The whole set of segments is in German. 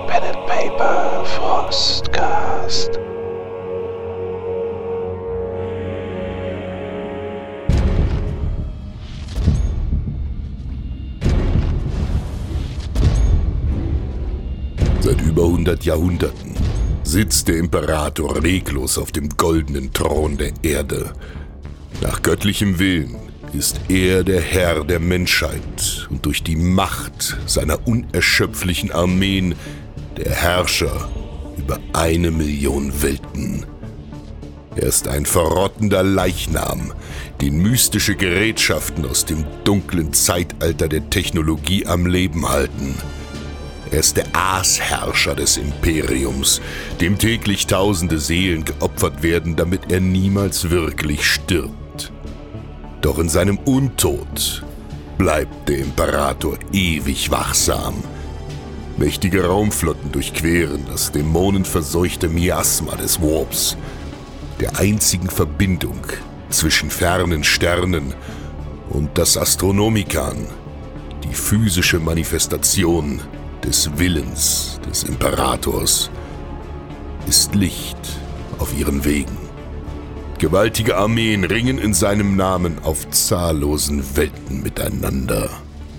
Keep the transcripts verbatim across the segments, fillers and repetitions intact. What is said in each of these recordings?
Pen and Paper Frostcast. Seit über hundert Jahrhunderten sitzt der Imperator reglos auf dem goldenen Thron der Erde. Nach göttlichem Willen ist er der Herr der Menschheit und durch die Macht seiner unerschöpflichen Armeen der Herrscher über eine Million Welten. Er ist ein verrottender Leichnam, den mystische Gerätschaften aus dem dunklen Zeitalter der Technologie am Leben halten. Er ist der Aasherrscher des Imperiums, dem täglich tausende Seelen geopfert werden, damit er niemals wirklich stirbt. Doch in seinem Untod bleibt der Imperator ewig wachsam. Mächtige Raumflotten durchqueren das dämonenverseuchte Miasma des Warps, der einzigen Verbindung zwischen fernen Sternen und das Astronomikan, die physische Manifestation des Willens des Imperators, ist Licht auf ihren Wegen. Gewaltige Armeen ringen in seinem Namen auf zahllosen Welten miteinander.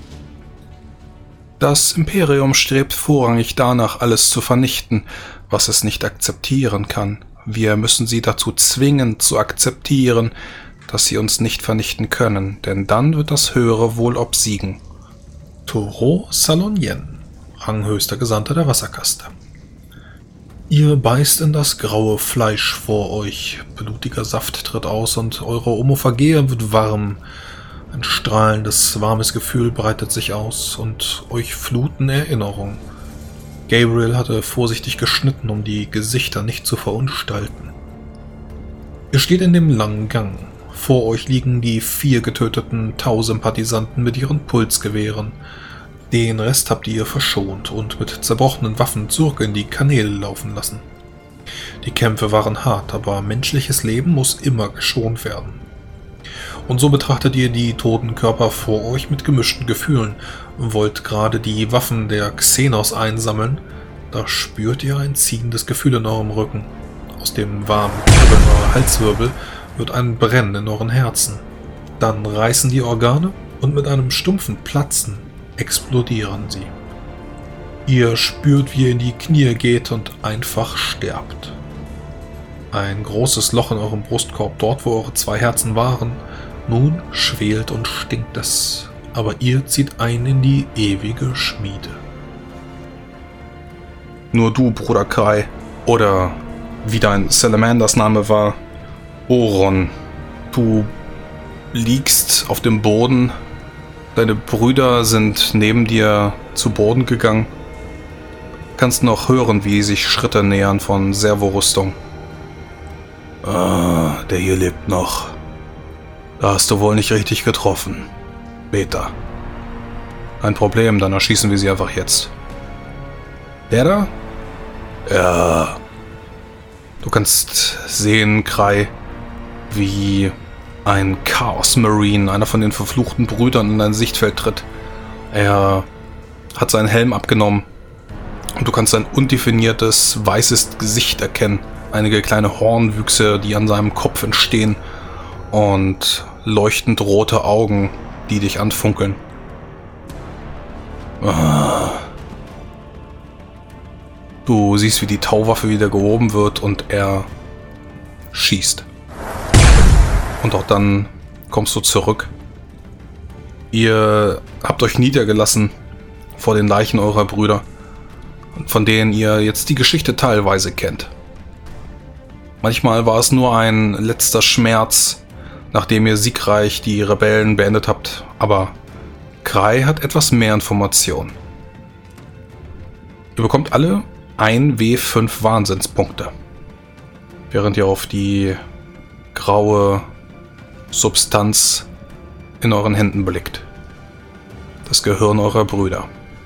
Das Imperium strebt vorrangig danach, alles zu vernichten, was es nicht akzeptieren kann. Wir müssen sie dazu zwingen, zu akzeptieren, dass sie uns nicht vernichten können, denn dann wird das Höhere Wohl obsiegen. Toro Salonien, ranghöchster Gesandter der Wasserkaste. Ihr beißt in das graue Fleisch vor euch. Blutiger Saft tritt aus und eure Omophagea wird warm. Ein strahlendes, warmes Gefühl breitet sich aus und euch fluten Erinnerungen. Gabriel hatte vorsichtig geschnitten, um die Gesichter nicht zu verunstalten. Ihr steht in dem langen Gang. Vor euch liegen die vier getöteten Tau-Sympathisanten mit ihren Pulsgewehren. Den Rest habt ihr verschont und mit zerbrochenen Waffen zurück in die Kanäle laufen lassen. Die Kämpfe waren hart, aber menschliches Leben muss immer geschont werden. Und so betrachtet ihr die toten Körper vor euch mit gemischten Gefühlen, wollt gerade die Waffen der Xenos einsammeln, da spürt ihr ein ziehendes Gefühl in eurem Rücken. Aus dem warmen Kribbeln eurer Halswirbel wird ein Brennen in euren Herzen. Dann reißen die Organe und mit einem stumpfen Platzen explodieren sie. Ihr spürt, wie ihr in die Knie geht und einfach sterbt. Ein großes Loch in eurem Brustkorb, dort wo eure zwei Herzen waren, nun schwelt und stinkt es, aber ihr zieht ein in die ewige Schmiede. Nur du, Bruder Kai, oder wie dein Salamanders Name war, Oron, du liegst auf dem Boden. Deine Brüder sind neben dir zu Boden gegangen. Kannst noch hören, wie sich Schritte nähern von Servorüstung. Ah, der hier lebt noch. Da hast du wohl nicht richtig getroffen. Beta. Ein Problem, dann erschießen wir sie einfach jetzt. Der da? Ja. Du kannst sehen, Kai, wie ein Chaos Marine, einer von den verfluchten Brüdern, in dein Sichtfeld tritt. Er hat seinen Helm abgenommen und du kannst sein undefiniertes, weißes Gesicht erkennen. Einige kleine Hornwüchse, die an seinem Kopf entstehen und leuchtend rote Augen, die dich anfunkeln. Du siehst, wie die Tauwaffe wieder gehoben wird und er schießt. Und auch dann kommst du zurück. Ihr habt euch niedergelassen vor den Leichen eurer Brüder, von denen ihr jetzt die Geschichte teilweise kennt. Manchmal war es nur ein letzter Schmerz, nachdem ihr siegreich die Rebellen beendet habt, aber Kai hat etwas mehr Informationen. Ihr bekommt alle ein W fünf Wahnsinnspunkte, während ihr auf die graue Substanz in euren Händen blickt. Das Gehirn eurer Brüder.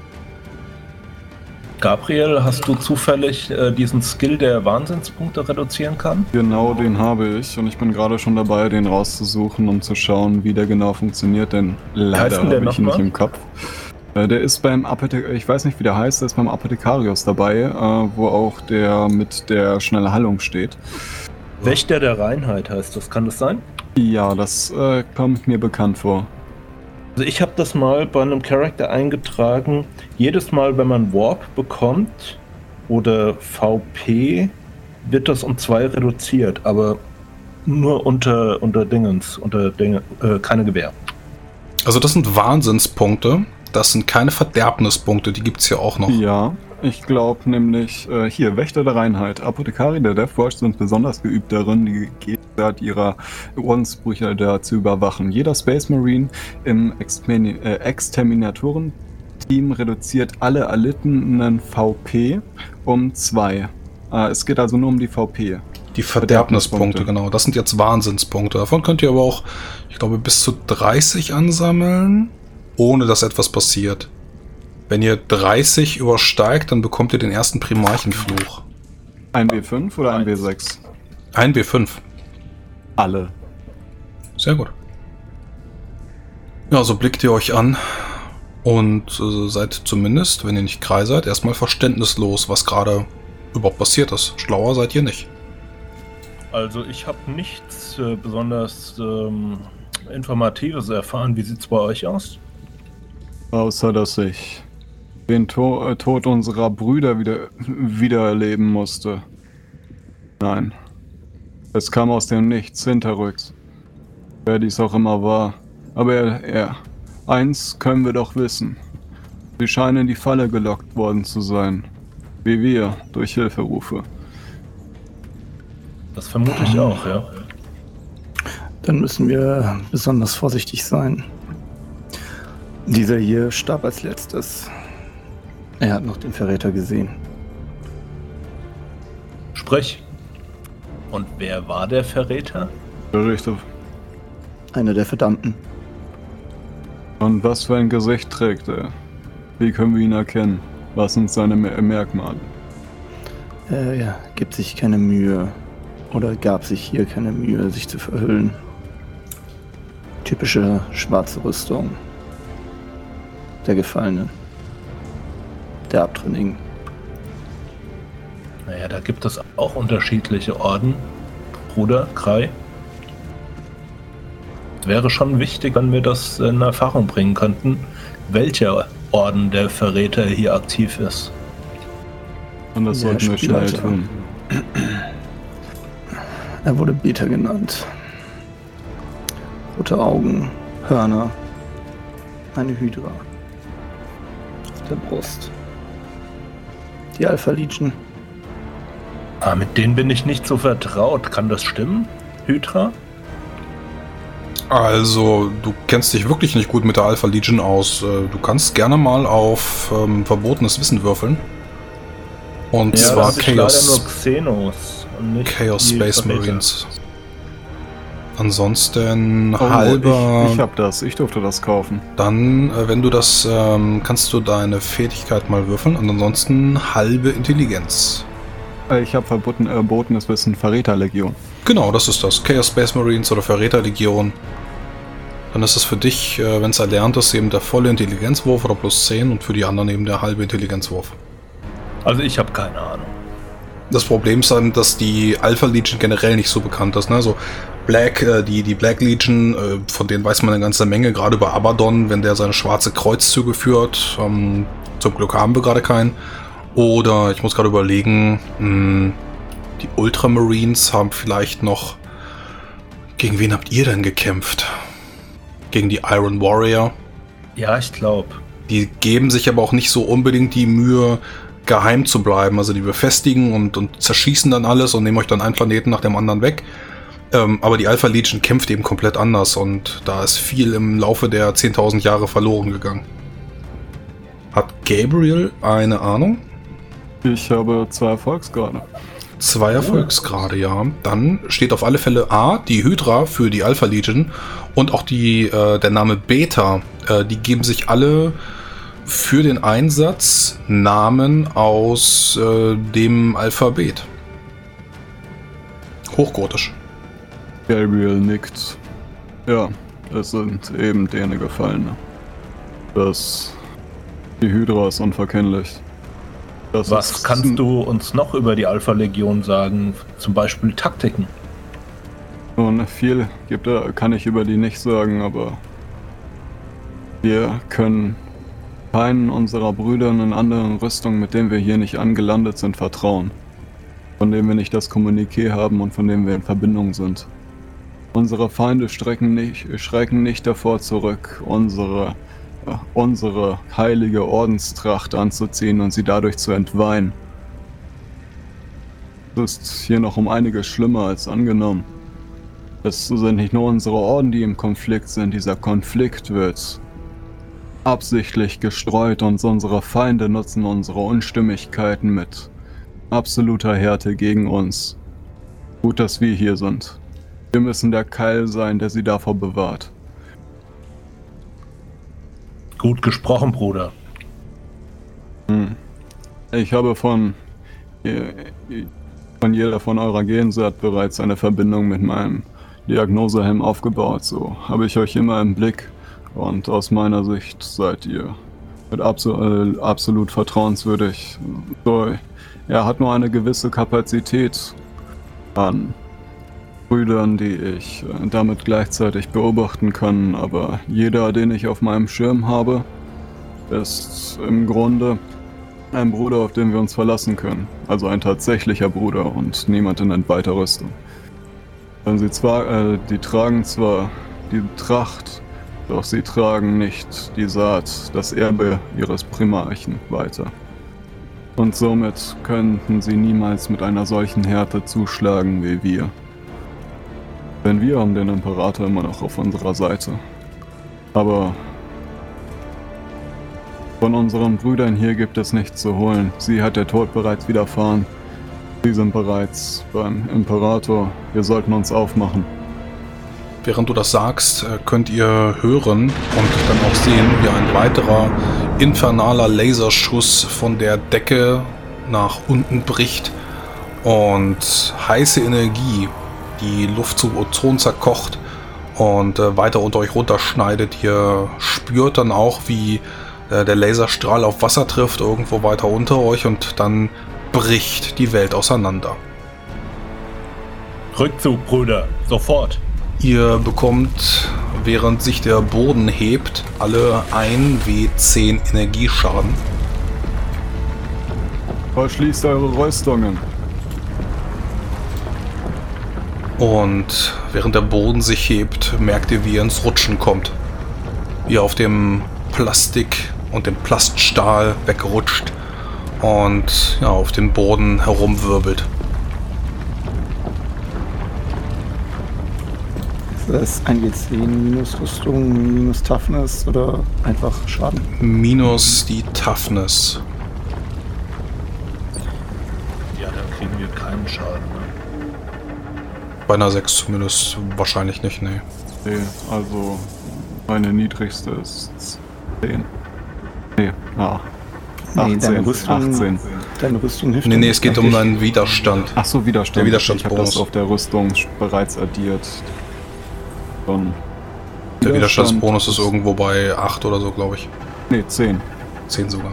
Gabriel, hast du zufällig äh, diesen Skill, der Wahnsinnspunkte reduzieren kann? Genau, den habe ich und ich bin gerade schon dabei, den rauszusuchen, um zu schauen, wie der genau funktioniert, denn leider habe ich ihn nicht im Kopf. Äh, der ist beim Apothekarius, ich weiß nicht wie der heißt, der ist beim Apothekarius dabei, äh, wo auch der mit der schnelle Heilung steht. Wächter der Reinheit heißt das, kann das sein? Ja, das äh, kommt mir bekannt vor. Also ich habe das mal bei einem Charakter eingetragen. Jedes Mal, wenn man Warp bekommt oder V P, wird das um zwei reduziert, aber nur unter, unter Dingens, unter Dinge, äh, keine Gewähr. Also das sind Wahnsinnspunkte, das sind keine Verderbnispunkte, die gibt's ja auch noch. Ja, ich glaube nämlich, äh, hier, Wächter der Reinheit. Apothekari der Deathwatch sind besonders geübt darin, die Gegenwart ihrer Ordensbrüche da zu überwachen. Jeder Space Marine im Extermin- äh, Exterminatoren-Team reduziert alle erlittenen V P um zwei. Äh, es geht also nur um die V P. Die Verderbnispunkte, genau. Das sind jetzt Wahnsinnspunkte. Davon könnt ihr aber auch, ich glaube, bis zu dreißig ansammeln, ohne dass etwas passiert. Wenn ihr dreißig übersteigt, dann bekommt ihr den ersten Primarchenfluch. Ein W fünf oder ein W sechs? Ein W fünf. Alle. Sehr gut. Ja, so blickt ihr euch an und äh, seid zumindest, wenn ihr nicht Krei seid, erstmal verständnislos, was gerade überhaupt passiert ist. Schlauer seid ihr nicht. Also ich habe nichts äh, besonders ähm, Informatives erfahren. Wie sieht's bei euch aus? Außer, dass ich den to äh, Tod unserer Brüder wieder wiedererleben musste. Nein. Es kam aus dem Nichts hinterrücks. Wer dies auch immer war. Aber er, er, eins können wir doch wissen. Sie scheinen in die Falle gelockt worden zu sein. Wie wir, durch Hilferufe. Das vermute ich auch, ja. Dann müssen wir besonders vorsichtig sein. Dieser hier starb als letztes. Er hat noch den Verräter gesehen. Sprich. Und wer war der Verräter? Richtig. Einer der Verdammten. Und was für ein Gesicht trägt er? Wie können wir ihn erkennen? Was sind seine Mer Merkmale? Er ja, gibt sich keine Mühe. Oder gab sich hier keine Mühe, sich zu verhüllen. Typische schwarze Rüstung. Der Gefallenen. Der Abtrünnigen. Naja, da gibt es auch unterschiedliche Orden. Bruder, Krei. Wäre schon wichtig, wenn wir das in Erfahrung bringen könnten, welcher Orden der Verräter hier aktiv ist. Und das Der sollten wir schnell Spielleiter. tun. Er wurde Beta genannt. Rote Augen, Hörner, eine Hydra. Auf der Brust. Die Alpha Legion. Ah, mit denen bin ich nicht so vertraut. Kann das stimmen, Hydra? Also, du kennst dich wirklich nicht gut mit der Alpha Legion aus. Äh, Du kannst gerne mal auf ähm, verbotenes Wissen würfeln. Und Ja, zwar das ist leider nur Chaos, Xenos und nicht Chaos die Space Verräter. Marines. Ansonsten Oh, halber... ich, ich hab das, ich durfte das kaufen. Dann, äh, wenn du das, ähm, kannst du deine Fähigkeit mal würfeln. Und ansonsten halbe Intelligenz. Äh, Ich habe verboten, äh, verbotenes Wissen, Verräterlegion. Genau, das ist das. Chaos Space Marines oder Verräterlegion. Dann ist es für dich, äh, wenn es erlernt ist, eben der volle Intelligenzwurf oder plus zehn und für die anderen eben der halbe Intelligenzwurf. Also ich habe keine Ahnung. Das Problem ist dann, dass die Alpha Legion generell nicht so bekannt ist. Ne? Also Black, äh, die, die Black Legion, äh, von denen weiß man eine ganze Menge, gerade über Abaddon, wenn der seine schwarze Kreuzzüge führt. Ähm, zum Glück haben wir gerade keinen. Oder ich muss gerade überlegen, mh, die Ultramarines haben vielleicht noch... Gegen wen habt ihr denn gekämpft? Gegen die Iron Warrior. Ja, ich glaube. Die geben sich aber auch nicht so unbedingt die Mühe, geheim zu bleiben. Also die befestigen und, und zerschießen dann alles und nehmen euch dann einen Planeten nach dem anderen weg. Ähm, aber die Alpha Legion kämpft eben komplett anders und da ist viel im Laufe der zehntausend Jahre verloren gegangen. Hat Gabriel eine Ahnung? Ich habe zwei Erfolgsgrade. Zwei Erfolgsgrade, ja. Dann steht auf alle Fälle A, die Hydra für die Alpha Legion und auch die, äh, der Name Beta. Äh, die geben sich alle für den Einsatz Namen aus äh, dem Alphabet. Hochgotisch. Gabriel nickt. Ja, es sind eben denen Gefallene. Das Die Hydra ist unverkennlich. Das Was ist kannst du uns noch über die Alpha-Legion sagen? Zum Beispiel Taktiken? Nun, viel gibt, kann ich über die nicht sagen, aber wir können keinen unserer Brüder in anderen Rüstungen, mit denen wir hier nicht angelandet sind, vertrauen. Von denen wir nicht das Kommuniqué haben und von denen wir in Verbindung sind. Unsere Feinde schrecken nicht, schrecken nicht davor zurück, unsere, äh, unsere heilige Ordenstracht anzuziehen und sie dadurch zu entweihen. Das ist hier noch um einiges schlimmer als angenommen. Es sind nicht nur unsere Orden, die im Konflikt sind. Dieser Konflikt wird absichtlich gestreut und unsere Feinde nutzen unsere Unstimmigkeiten mit absoluter Härte gegen uns. Gut, dass wir hier sind. Wir müssen der Keil sein, der sie davor bewahrt. Gut gesprochen, Bruder. Hm. Ich habe von, von jeder von eurer Gensaat bereits eine Verbindung mit meinem Diagnosehelm aufgebaut. So habe ich euch immer im Blick und aus meiner Sicht seid ihr mit absol, äh, absolut vertrauenswürdig. So, er hat nur eine gewisse Kapazität an Brüdern, die ich äh, damit gleichzeitig beobachten kann, aber jeder, den ich auf meinem Schirm habe, ist im Grunde ein Bruder, auf den wir uns verlassen können. Also ein tatsächlicher Bruder und niemand in entweiter Rüstung. Denn sie zwar, äh, die tragen zwar die Tracht, doch sie tragen nicht die Saat, das Erbe ihres Primarchen weiter. Und somit könnten sie niemals mit einer solchen Härte zuschlagen wie wir. Denn wir haben den Imperator immer noch auf unserer Seite. Aber von unseren Brüdern hier gibt es nichts zu holen. Sie hat der Tod bereits widerfahren. Sie sind bereits beim Imperator. Wir sollten uns aufmachen. Während du das sagst, könnt ihr hören und dann auch sehen, wie ein weiterer infernaler Laserschuss von der Decke nach unten bricht und heiße Energie die Luft zu Ozon zerkocht und weiter unter euch runterschneidet. Ihr spürt dann auch, wie der Laserstrahl auf Wasser trifft, irgendwo weiter unter euch, und dann bricht die Welt auseinander. Rückzug, Brüder, sofort. Ihr bekommt, während sich der Boden hebt, alle ein W zehn Energieschaden. Verschließt eure Rüstungen. Und während der Boden sich hebt, merkt ihr, wie ihr ins Rutschen kommt. Wie ihr auf dem Plastik und dem Plaststahl wegrutscht und ja, auf dem Boden herumwirbelt. Das ist ein W zehn minus Rüstung, minus Toughness oder einfach Schaden? Minus die Toughness. Ja, dann kriegen wir keinen Schaden. Ne? Bei einer sechs zumindest wahrscheinlich nicht, nee. Nee, also meine niedrigste ist zehn. Nee, ah. Nee, deine Rüstung, achtzehn. Deine Rüstung hilft. Nee, nee, es geht um deinen Widerstand. Ach so, Widerstand. Der Widerstandsbonus. Ich habe das auf der Rüstung bereits addiert. Dann Der Widerstandsbonus ist irgendwo bei acht oder so, glaube ich. Nee, zehn. zehn sogar.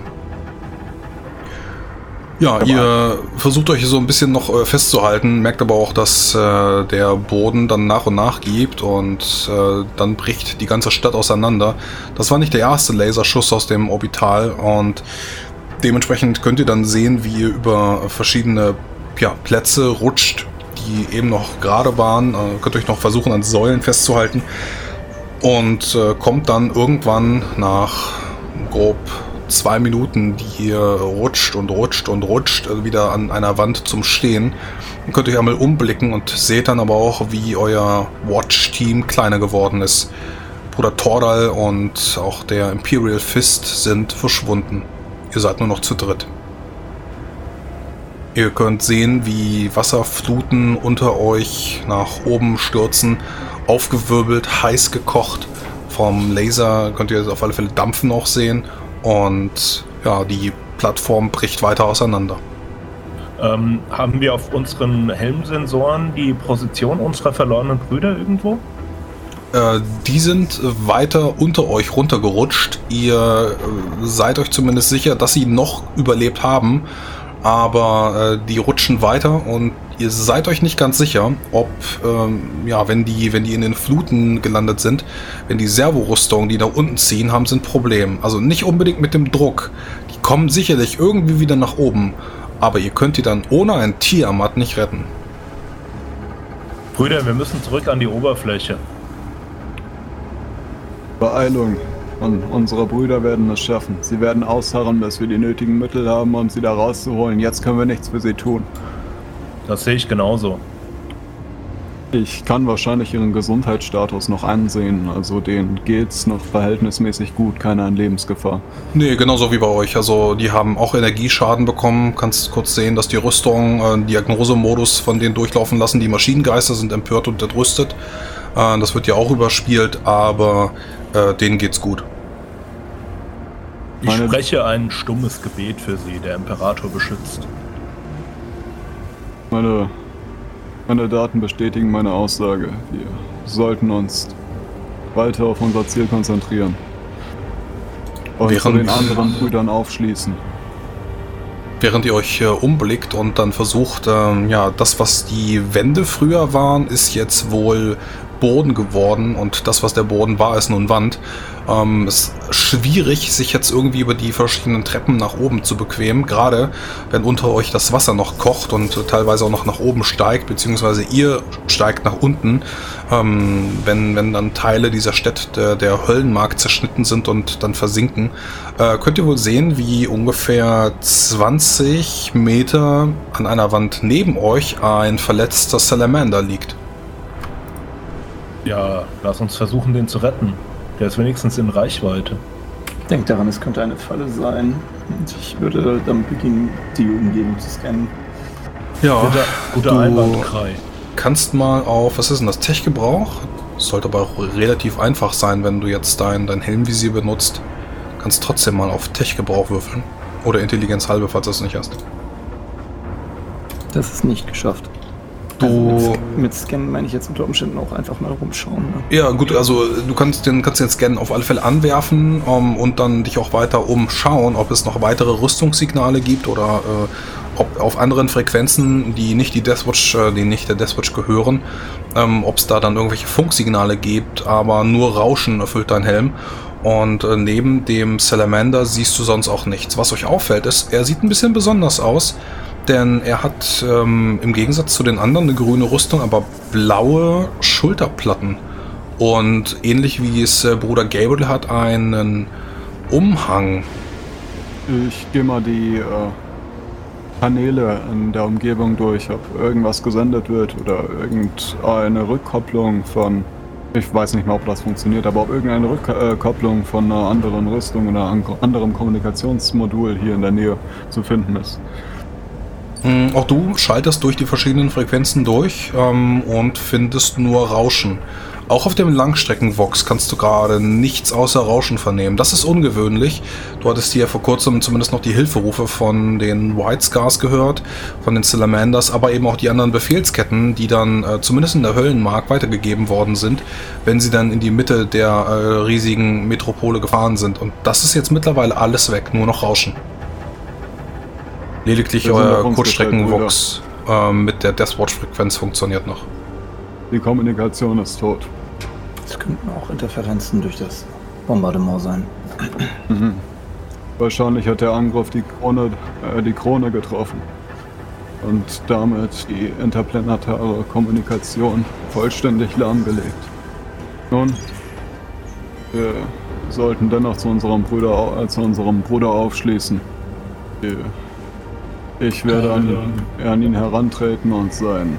Ja, aber ihr versucht euch so ein bisschen noch äh, festzuhalten, merkt aber auch, dass äh, der Boden dann nach und nach gibt und äh, dann bricht die ganze Stadt auseinander. Das war nicht der erste Laserschuss aus dem Orbital und dementsprechend könnt ihr dann sehen, wie ihr über verschiedene ja, Plätze rutscht, die eben noch gerade waren. Äh, könnt euch noch versuchen, an Säulen festzuhalten und äh, kommt dann irgendwann nach grob zwei Minuten, die ihr rutscht und rutscht und rutscht, also wieder an einer Wand zum Stehen. Dann könnt ihr euch einmal umblicken und seht dann aber auch, wie euer Watch-Team kleiner geworden ist. Bruder Tordal und auch der Imperial Fist sind verschwunden. Ihr seid nur noch zu dritt. Ihr könnt sehen, wie Wasserfluten unter euch nach oben stürzen, aufgewirbelt, heiß gekocht. Vom Laser könnt ihr auf alle Fälle Dampfen noch sehen. Und ja, die Plattform bricht weiter auseinander. Ähm, haben wir auf unseren Helmsensoren die Position unserer verlorenen Brüder irgendwo? Äh, die sind weiter unter euch runtergerutscht. Ihr äh, seid euch zumindest sicher, dass sie noch überlebt haben, aber äh, die rutschen weiter und ihr seid euch nicht ganz sicher, ob, ähm, ja, wenn die, wenn die in den Fluten gelandet sind, wenn die Servorüstungen, die nach unten ziehen, haben sie ein Problem. Also nicht unbedingt mit dem Druck. Die kommen sicherlich irgendwie wieder nach oben, aber ihr könnt die dann ohne ein Tiamat nicht retten. Brüder, wir müssen zurück an die Oberfläche. Beeilung. Und unsere Brüder werden es schaffen. Sie werden ausharren, bis wir die nötigen Mittel haben, um sie da rauszuholen. Jetzt können wir nichts für sie tun. Das sehe ich genauso. Ich kann wahrscheinlich ihren Gesundheitsstatus noch ansehen. Also denen geht's noch verhältnismäßig gut, keiner in Lebensgefahr. Nee, genauso wie bei euch. Also die haben auch Energieschaden bekommen. Kannst kurz sehen, dass die Rüstung, äh, Diagnosemodus von denen durchlaufen lassen. Die Maschinengeister sind empört und entrüstet. Äh, das wird ja auch überspielt, aber äh, denen geht's gut. Ich Meine spreche ein stummes Gebet für sie, der Imperator beschützt. Meine, meine Daten bestätigen meine Aussage. Wir sollten uns weiter auf unser Ziel konzentrieren. Und Während, zu den anderen Brüdern aufschließen. Während ihr euch äh, umblickt und dann versucht, ähm, ja, das, was die Wände früher waren, ist jetzt wohl Boden geworden und das, was der Boden war, ist nun Wand. Ähm, es ist schwierig, sich jetzt irgendwie über die verschiedenen Treppen nach oben zu bequemen, gerade wenn unter euch das Wasser noch kocht und äh, teilweise auch noch nach oben steigt, beziehungsweise ihr steigt nach unten, ähm, wenn, wenn dann Teile dieser Städte der, der Höllenmark zerschnitten sind und dann versinken, äh, könnt ihr wohl sehen, wie ungefähr zwanzig Meter an einer Wand neben euch ein verletzter Salamander liegt. Ja, lass uns versuchen, den zu retten. Der ist wenigstens in Reichweite. Denkt daran, es könnte eine Falle sein. Und ich würde damit beginnen, die Umgebung zu scannen. Ja, guter, guter du Einwandkrei. Kannst mal auf, was ist denn das, Tech-Gebrauch? Sollte aber auch relativ einfach sein, wenn du jetzt dein, dein Helmvisier benutzt. Kannst trotzdem mal auf Tech-Gebrauch würfeln. Oder Intelligenz halbe, falls du es nicht hast. Das ist nicht geschafft. Du also mit, mit Scannen meine ich jetzt unter Umständen auch einfach mal rumschauen. Ne? Ja gut, also du kannst den, kannst den Scan auf alle Fälle anwerfen um, und dann dich auch weiter umschauen, ob es noch weitere Rüstungssignale gibt oder äh, ob auf anderen Frequenzen, die nicht die Deathwatch, äh, die nicht der Deathwatch gehören, ähm, ob es da dann irgendwelche Funksignale gibt, aber nur Rauschen erfüllt dein Helm. Und äh, neben dem Salamander siehst du sonst auch nichts. Was euch auffällt ist, er sieht ein bisschen besonders aus. Denn er hat ähm, im Gegensatz zu den anderen eine grüne Rüstung, aber blaue Schulterplatten. Und ähnlich wie es äh, Bruder Gabriel hat, einen Umhang. Ich gehe mal die äh, Kanäle in der Umgebung durch, ob irgendwas gesendet wird oder irgendeine Rückkopplung von... Ich weiß nicht mal, ob das funktioniert, aber ob irgendeine Rückkopplung von einer anderen Rüstung oder einem anderen Kommunikationsmodul hier in der Nähe zu finden ist. Auch du schaltest durch die verschiedenen Frequenzen durch ähm, und findest nur Rauschen. Auch auf dem Langstreckenvox kannst du gerade nichts außer Rauschen vernehmen. Das ist ungewöhnlich. Du hattest hier vor kurzem zumindest noch die Hilferufe von den White Scars gehört, von den Salamanders, aber eben auch die anderen Befehlsketten, die dann äh, zumindest in der Höllenmark weitergegeben worden sind, wenn sie dann in die Mitte der äh, riesigen Metropole gefahren sind. Und das ist jetzt mittlerweile alles weg, nur noch Rauschen. Lediglich euer Kurzstreckenvox äh, mit der Deathwatch-Frequenz funktioniert noch. Die Kommunikation ist tot. Es könnten auch Interferenzen durch das Bombardement sein. Mhm. Wahrscheinlich hat der Angriff die Krone, äh, die Krone getroffen. Und damit die interplanetare Kommunikation vollständig lahmgelegt. Nun, wir sollten dennoch zu unserem Bruder, äh, zu unserem Bruder aufschließen. Wir Ich werde an, an ihn herantreten und seinen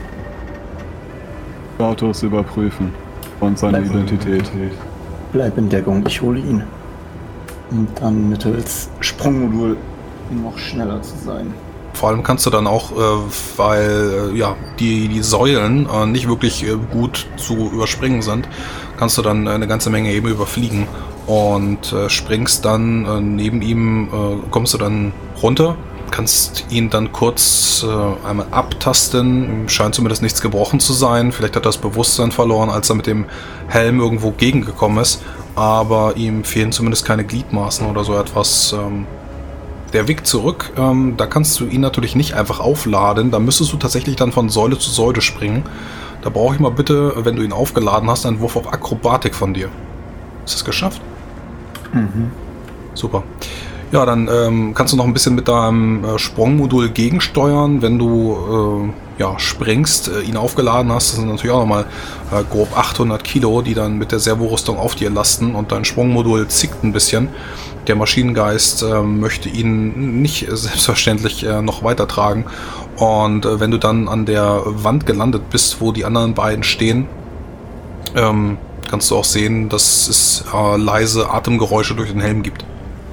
Status überprüfen und seine Bleib Identität. Bleib in Deckung, ich hole ihn. Und dann mittels Sprungmodul noch schneller zu sein. Vor allem kannst du dann auch, äh, weil äh, ja, die, die Säulen äh, nicht wirklich äh, gut zu überspringen sind, kannst du dann äh, eine ganze Menge eben überfliegen und äh, springst dann äh, neben ihm, äh, kommst du dann runter. kannst ihn dann kurz äh, einmal abtasten. Ihm scheint zumindest nichts gebrochen zu sein. Vielleicht hat er das Bewusstsein verloren, als er mit dem Helm irgendwo gegengekommen ist. Aber ihm fehlen zumindest keine Gliedmaßen oder so etwas. Ähm, der Weg zurück, ähm, da kannst du ihn natürlich nicht einfach aufladen. Da müsstest du tatsächlich dann von Säule zu Säule springen. Da brauche ich mal bitte, wenn du ihn aufgeladen hast, einen Wurf auf Akrobatik von dir. Ist das geschafft? Mhm. Super. Ja, dann ähm, kannst du noch ein bisschen mit deinem äh, Sprungmodul gegensteuern, wenn du äh, ja, springst, äh, ihn aufgeladen hast. Das sind natürlich auch nochmal äh, grob achthundert Kilo, die dann mit der Servorüstung auf dir lasten und dein Sprungmodul zickt ein bisschen. Der Maschinengeist äh, möchte ihn nicht äh, selbstverständlich äh, noch weitertragen. Und äh, wenn du dann an der Wand gelandet bist, wo die anderen beiden stehen, ähm, kannst du auch sehen, dass es äh, leise Atemgeräusche durch den Helm gibt.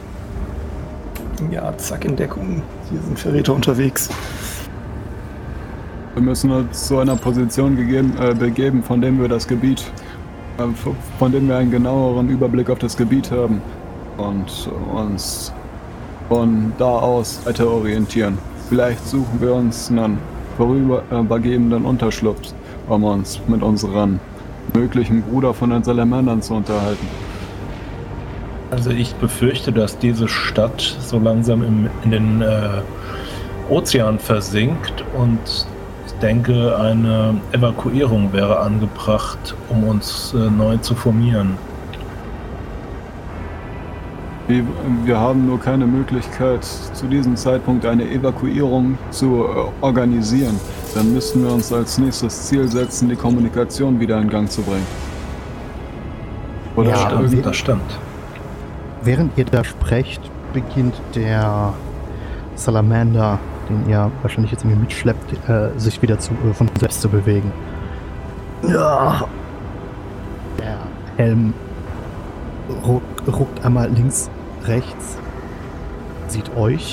Ja, zack, in Deckung. Hier sind Verräter unterwegs. Wir müssen uns zu einer Position gegeben, äh, begeben, von dem wir das Gebiet, äh, von dem wir einen genaueren Überblick auf das Gebiet haben und uns von da aus weiter orientieren. Vielleicht suchen wir uns einen vorübergehenden Unterschlupf, um uns mit unserem möglichen Bruder von den Salamandern zu unterhalten. Also ich befürchte, dass diese Stadt so langsam im, in den äh, Ozean versinkt und ich denke, eine Evakuierung wäre angebracht, um uns äh, neu zu formieren. Wir, wir haben nur keine Möglichkeit, zu diesem Zeitpunkt eine Evakuierung zu äh, organisieren. Dann müssten wir uns als nächstes Ziel setzen, die Kommunikation wieder in Gang zu bringen. Oder Ja, stimmt, wir- das stimmt. Während ihr da sprecht, beginnt der Salamander, den ihr wahrscheinlich jetzt irgendwie mitschleppt, äh, sich wieder zu, äh, von selbst zu bewegen. Ja. Der Helm ruckt, ruckt einmal links, rechts, sieht euch,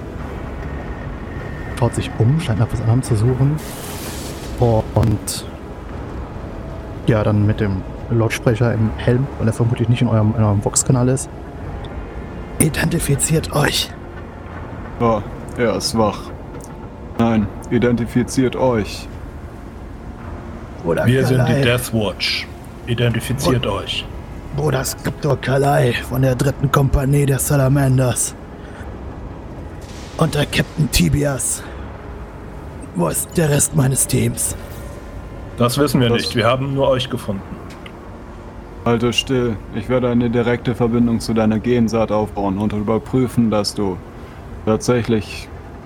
schaut sich um, scheint nach was anderem zu suchen und ja, dann mit dem Lautsprecher im Helm, weil er vermutlich nicht in eurem, in eurem Vox-Kanal ist. Identifiziert euch. Ja, er ist wach. Nein, identifiziert euch. Bruder Wir sind die Kalai. Death Watch. Identifiziert euch. Bruder Skriptor Kalai von der dritten Kompanie der Salamanders. Und der Captain Tibias. Wo ist der Rest meines Teams? Das wissen wir Das- nicht. Wir haben nur euch gefunden. Halte still. Ich werde eine direkte Verbindung zu deiner Gensaat aufbauen und überprüfen, dass du tatsächlich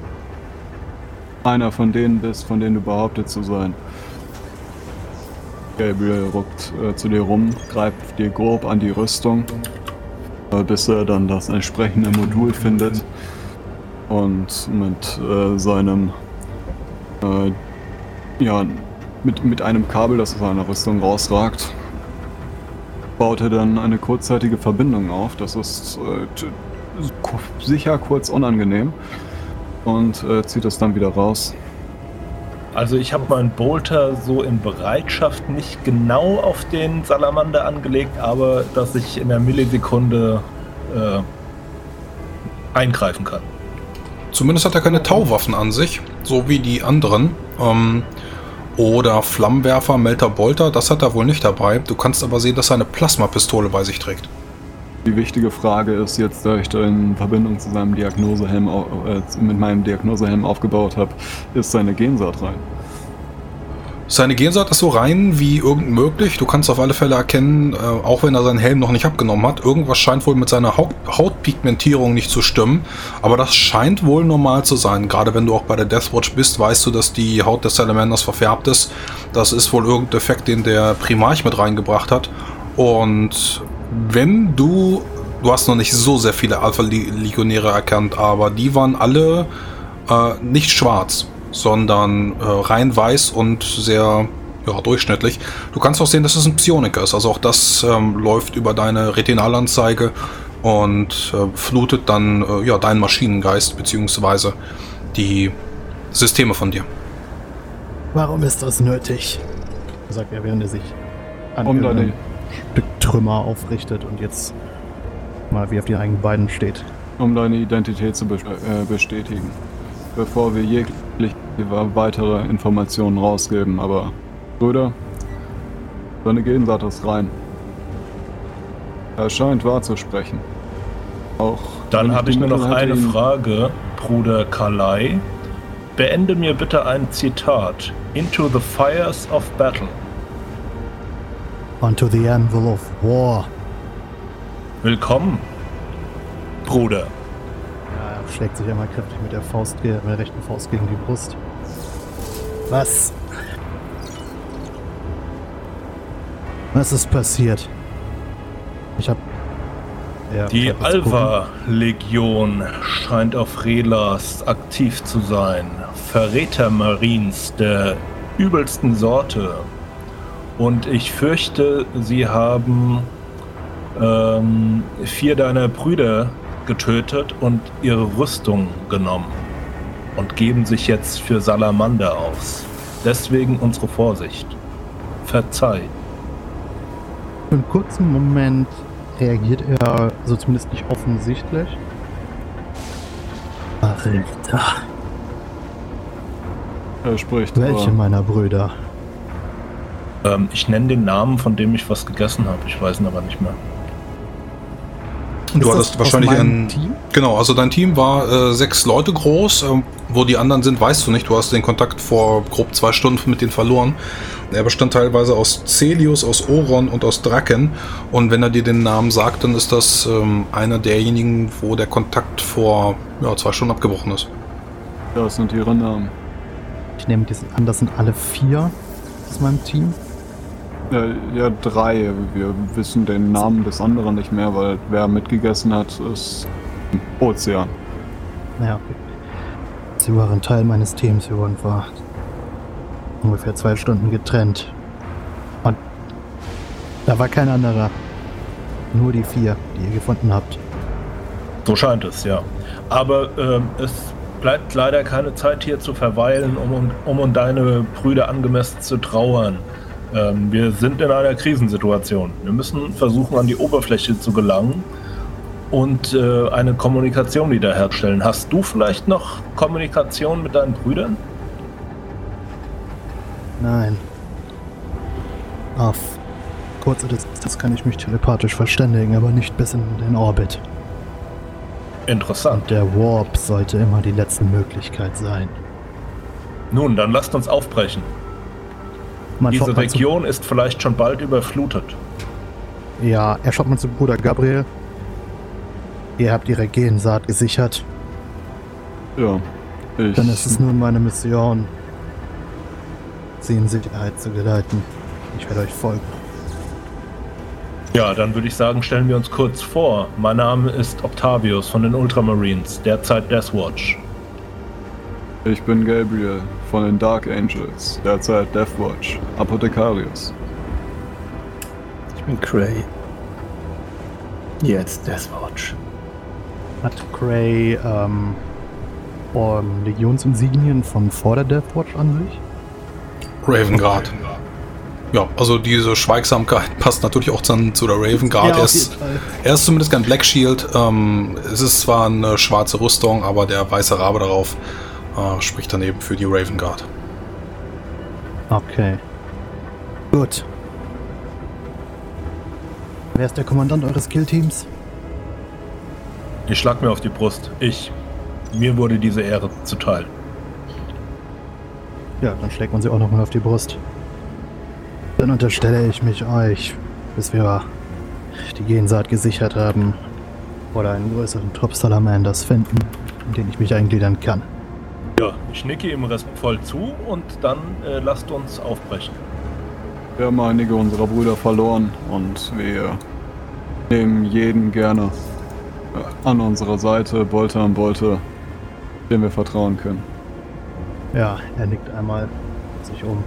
einer von denen bist, von denen du behauptet zu sein. Gabriel ruckt äh, zu dir rum, greift dir grob an die Rüstung, äh, bis er dann das entsprechende Modul findet und mit äh, seinem äh, ja, mit, mit einem Kabel, das aus seiner Rüstung rausragt, baut er dann eine kurzzeitige Verbindung auf. Das ist äh, t- ku- sicher kurz unangenehm und äh, zieht es dann wieder raus. Also ich habe meinen Bolter so in Bereitschaft nicht genau auf den Salamander angelegt, aber dass ich in der Millisekunde äh, eingreifen kann. Zumindest hat er keine Tauwaffen an sich, so wie die anderen. Ähm, oder Flammenwerfer, Melter, Bolter, das hat er wohl nicht dabei. Du kannst aber sehen, dass er eine Plasmapistole bei sich trägt. Die wichtige Frage ist jetzt, da ich da in Verbindung zu seinem Diagnosehelm, au- äh, mit meinem Diagnosehelm aufgebaut habe, ist seine Gensaat rein. Seine Gensaat ist so rein wie irgend möglich. Du kannst auf alle Fälle erkennen, äh, auch wenn er seinen Helm noch nicht abgenommen hat, irgendwas scheint wohl mit seiner Haut Hautpigmentierung nicht zu stimmen. Aber das scheint wohl normal zu sein. Gerade wenn du auch bei der Deathwatch bist, weißt du, dass die Haut des Salamanders verfärbt ist. Das ist wohl irgendein Effekt, den der Primarch mit reingebracht hat. Und wenn du... Du hast noch nicht so sehr viele Alpha-Legionäre erkannt, aber die waren alle äh, nicht schwarz, sondern äh, rein weiß und sehr ja, durchschnittlich. Du kannst auch sehen, dass es ein Psioniker ist. Also auch das ähm, läuft über deine Retinalanzeige und äh, flutet dann äh, ja, deinen Maschinengeist beziehungsweise die Systeme von dir. Warum ist das nötig? Sagt er, während er sich an Um da einem die- Stück Trümmer aufrichtet und jetzt mal wie auf die eigenen Beinen steht. um deine Identität zu bestätigen, bevor wir jegliche weitere Informationen rausgeben. Aber, Brüder, deine Gensaat ist rein. Er scheint wahr zu sprechen. Auch Dann habe ich nur noch eine Frage, Bruder Kalai. Beende mir bitte ein Zitat. Into the fires of battle. Onto the anvil of war. Willkommen, Bruder. Ja, er schlägt sich einmal kräftig mit der Faust, mit der rechten Faust gegen die Brust. Was? Was ist passiert? Ich hab... Ja, Die ich hab jetzt gucken. Alpha-Legion scheint auf Relas aktiv zu sein. Verräter-Marines der übelsten Sorte. Und ich fürchte, sie haben ähm, vier deiner Brüder getötet und ihre Rüstung genommen. Und geben sich jetzt für Salamander aus. Deswegen unsere Vorsicht. Verzeih. Für einen kurzen Moment reagiert er, so zumindest nicht offensichtlich. Alter. Er spricht. Welche aber meiner Brüder? Ähm, ich nenne den Namen, von dem ich was gegessen habe. Ich weiß ihn aber nicht mehr. Du Ist hattest das wahrscheinlich aus meinem ein Team? Genau, also dein Team war äh, sechs Leute groß. Ähm, wo die anderen sind, weißt du nicht. Du hast den Kontakt vor grob zwei Stunden mit denen verloren. Er bestand teilweise aus Celius, aus Oron und aus Draken. Und wenn er dir den Namen sagt, dann ist das ähm, einer derjenigen, wo der Kontakt vor ja, zwei Stunden abgebrochen ist. das sind ihre Namen. Ich nehme diesen an, das sind alle vier aus meinem Team. Ja, ja, drei. Wir wissen den Namen des anderen nicht mehr, weil wer mitgegessen hat, ist Ozean. Naja, okay. Sie waren Teil meines Teams. Wir wurden vor ungefähr zwei Stunden getrennt. Und da war kein anderer. Nur die vier, die ihr gefunden habt. So scheint es, ja. Aber ähm, es bleibt leider keine Zeit hier zu verweilen, um, um, um um deine Brüder angemessen zu trauern. Ähm, wir sind in einer Krisensituation. Wir müssen versuchen, an die Oberfläche zu gelangen und äh, eine Kommunikation wiederherstellen. Hast du vielleicht noch Kommunikation mit deinen Brüdern? Nein. Auf kurze Distanz kann ich mich telepathisch verständigen, aber nicht bis in den Orbit. Interessant. Und der Warp sollte immer die letzte Möglichkeit sein. Nun, dann lasst uns aufbrechen. Man Diese schaut mal zu- Region ist vielleicht schon bald überflutet. Ja, er schaut mal zu Bruder Gabriel. Ihr habt ihre Gensaat gesichert. Ja. Ich, Dann ist es nun meine Mission, sie in Sicherheit zu geleiten. Ich werde euch folgen. Ja, dann würde ich sagen, stellen wir uns kurz vor. Mein Name ist Octavius von den Ultramarines, derzeit Deathwatch. ich bin Gabriel von den Dark Angels, derzeit Deathwatch, Apothekarius. Ich bin Cray. Jetzt Deathwatch. Hat Cray ähm, um Legionsinsignien von vor der Deathwatch an sich? Raven Guard. Ja, also diese Schweigsamkeit passt natürlich auch dann zu der Raven Guard. Ja, er, auf ist, jeden Fall. er ist zumindest kein Black Shield. Ähm, es ist zwar eine schwarze Rüstung, aber der weiße Rabe darauf äh, spricht daneben für die Raven Guard. Okay. Gut. Wer ist der Kommandant eures Killteams? Ich schlag mir auf die Brust. Ich. Mir wurde diese Ehre zuteil. Ja, dann schlägt man sie auch nochmal auf die Brust. Dann unterstelle ich mich euch, bis wir die Gensaat gesichert haben oder einen größeren Trupp Salamanders finden, in den ich mich eingliedern kann. Ja, ich nicke ihm respektvoll zu und dann äh, lasst uns aufbrechen. Wir haben einige unserer Brüder verloren und wir nehmen jeden gerne äh, an unserer Seite, Bolter an Bolter, dem wir vertrauen können. Ja, er nickt einmal sich um.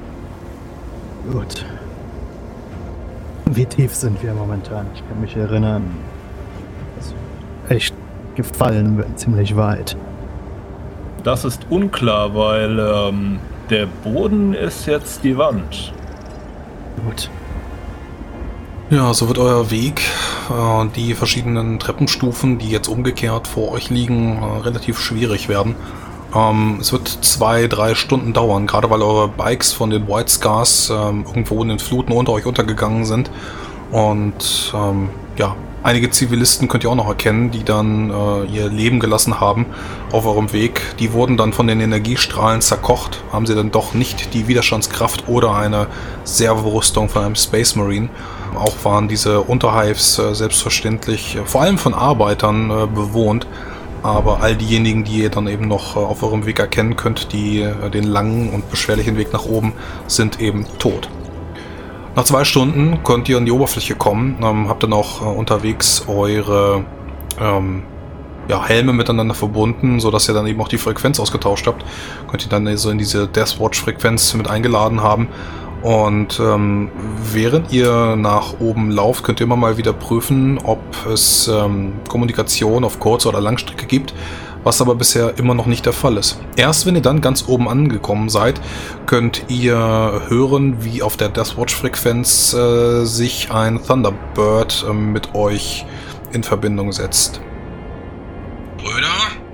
Gut. Wie tief sind wir momentan? Ich kann mich erinnern. Das echt gefallen wir ziemlich weit. Das ist unklar, weil ähm, der Boden ist jetzt die Wand. Gut. Ja, so wird euer Weg, äh, die verschiedenen Treppenstufen, die jetzt umgekehrt vor euch liegen, äh, relativ schwierig werden. Ähm, es wird zwei, drei Stunden dauern, gerade weil eure Bikes von den White Scars ähm, irgendwo in den Fluten unter euch untergegangen sind. Und ähm, ja, einige Zivilisten könnt ihr auch noch erkennen, die dann äh, ihr Leben gelassen haben auf eurem Weg. Die wurden dann von den Energiestrahlen zerkocht, haben sie dann doch nicht die Widerstandskraft oder eine Servorüstung von einem Space Marine. Auch waren diese Unterhives äh, selbstverständlich äh, vor allem von Arbeitern äh, bewohnt. Aber all diejenigen, die ihr dann eben noch äh, auf eurem Weg erkennen könnt, die äh, den langen und beschwerlichen Weg nach oben, sind eben tot. Nach zwei Stunden könnt ihr an die Oberfläche kommen, ähm, habt dann auch äh, unterwegs eure ähm, ja, Helme miteinander verbunden, sodass ihr dann eben auch die Frequenz ausgetauscht habt. Könnt ihr dann so also in diese Deathwatch-Frequenz mit eingeladen haben. Und ähm, während ihr nach oben lauft, könnt ihr immer mal wieder prüfen, ob es ähm, Kommunikation auf Kurz- oder Langstrecke gibt, was aber bisher immer noch nicht der Fall ist. Erst wenn ihr dann ganz oben angekommen seid, könnt ihr hören, wie auf der Deathwatch-Frequenz äh, sich ein Thunderbird äh, mit euch in Verbindung setzt. Brüder?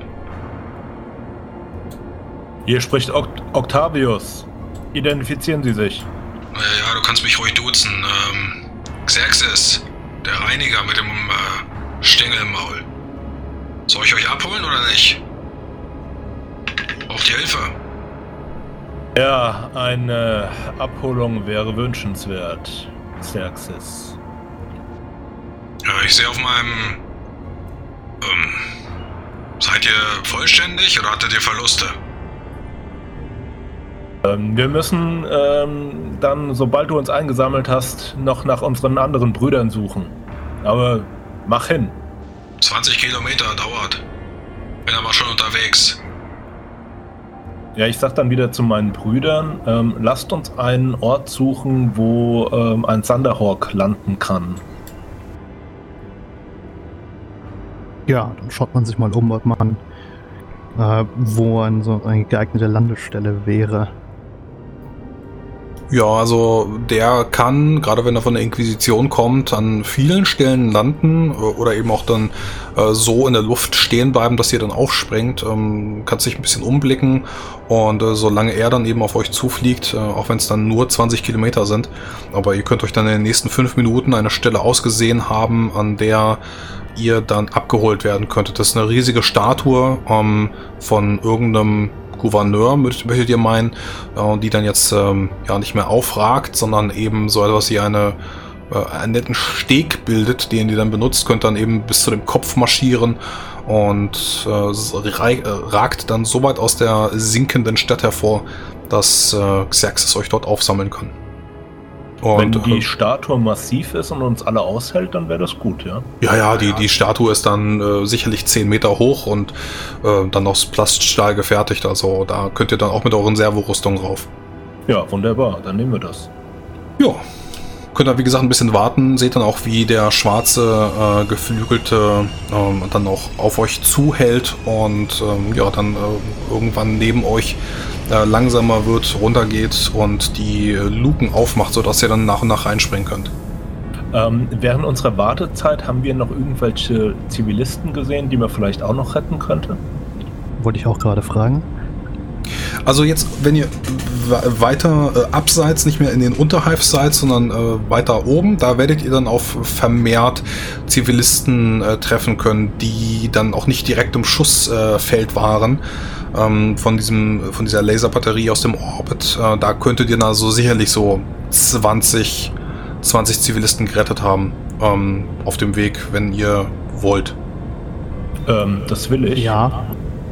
Hier spricht Oct Octavius. Identifizieren Sie sich. Ja, du kannst mich ruhig duzen. Ähm, Xerxes, der Reiniger mit dem äh, Stängelmaul. Soll ich euch abholen oder nicht? Braucht ihr Hilfe? Ja, eine Abholung wäre wünschenswert, Xerxes. Ja, ich sehe auf meinem... Ähm, seid ihr vollständig oder hattet ihr Verluste? Ähm, wir müssen ähm, dann, sobald du uns eingesammelt hast, noch nach unseren anderen Brüdern suchen. Aber mach hin. zwanzig Kilometer dauert. Bin aber schon unterwegs. Ja, ich sag dann wieder zu meinen Brüdern, ähm, lasst uns einen Ort suchen, wo ähm, ein Thunderhawk landen kann. Ja, dann schaut man sich mal um, ob man äh, wo ein, so eine geeignete Landestelle wäre. Ja, also der kann, gerade wenn er von der Inquisition kommt, an vielen Stellen landen oder eben auch dann äh, so in der Luft stehen bleiben, dass ihr dann aufspringt. Ähm, kann sich ein bisschen umblicken und äh, solange er dann eben auf euch zufliegt, äh, auch wenn es dann nur zwanzig Kilometer sind, aber ihr könnt euch dann in den nächsten fünf Minuten eine Stelle ausgesehen haben, an der ihr dann abgeholt werden könntet. Das ist eine riesige Statue ähm, von irgendeinem Gouverneur, möchtet ihr meinen, äh, die dann jetzt ähm, ja nicht mehr aufragt, sondern eben so etwas wie eine, äh, einen netten Steg bildet, den ihr dann benutzt, könnt dann eben bis zu dem Kopf marschieren und äh, ragt dann so weit aus der sinkenden Stadt hervor, dass äh, Xerxes euch dort aufsammeln kann. Und, wenn die äh, Statue massiv ist und uns alle aushält, dann wäre das gut, ja? Ja, ja, die, die Statue ist dann äh, sicherlich zehn Meter hoch und äh, dann aus Plaststahl gefertigt. Also da könnt ihr dann auch mit euren Servorüstungen rauf. Ja, wunderbar. Dann nehmen wir das. Ja, könnt ihr wie gesagt ein bisschen warten. Seht dann auch, wie der schwarze äh, geflügelte ähm, dann auch auf euch zuhält und ähm, ja, dann äh, irgendwann neben euch äh, langsamer wird, runtergeht und die äh, Luken aufmacht, sodass ihr dann nach und nach reinspringen könnt. Ähm, während unserer Wartezeit haben wir noch irgendwelche Zivilisten gesehen, die man vielleicht auch noch retten könnte? Wollte ich auch gerade fragen. Also jetzt, wenn ihr weiter äh, abseits, nicht mehr in den Unterhives seid, sondern äh, weiter oben, da werdet ihr dann auf vermehrt Zivilisten äh, treffen können, die dann auch nicht direkt im Schussfeld äh, waren ähm, von diesem, von dieser Laserbatterie aus dem Orbit. Äh, da könntet ihr also sicherlich so zwanzig Zivilisten gerettet haben ähm, auf dem Weg, wenn ihr wollt. Ähm, das will ich. Ja.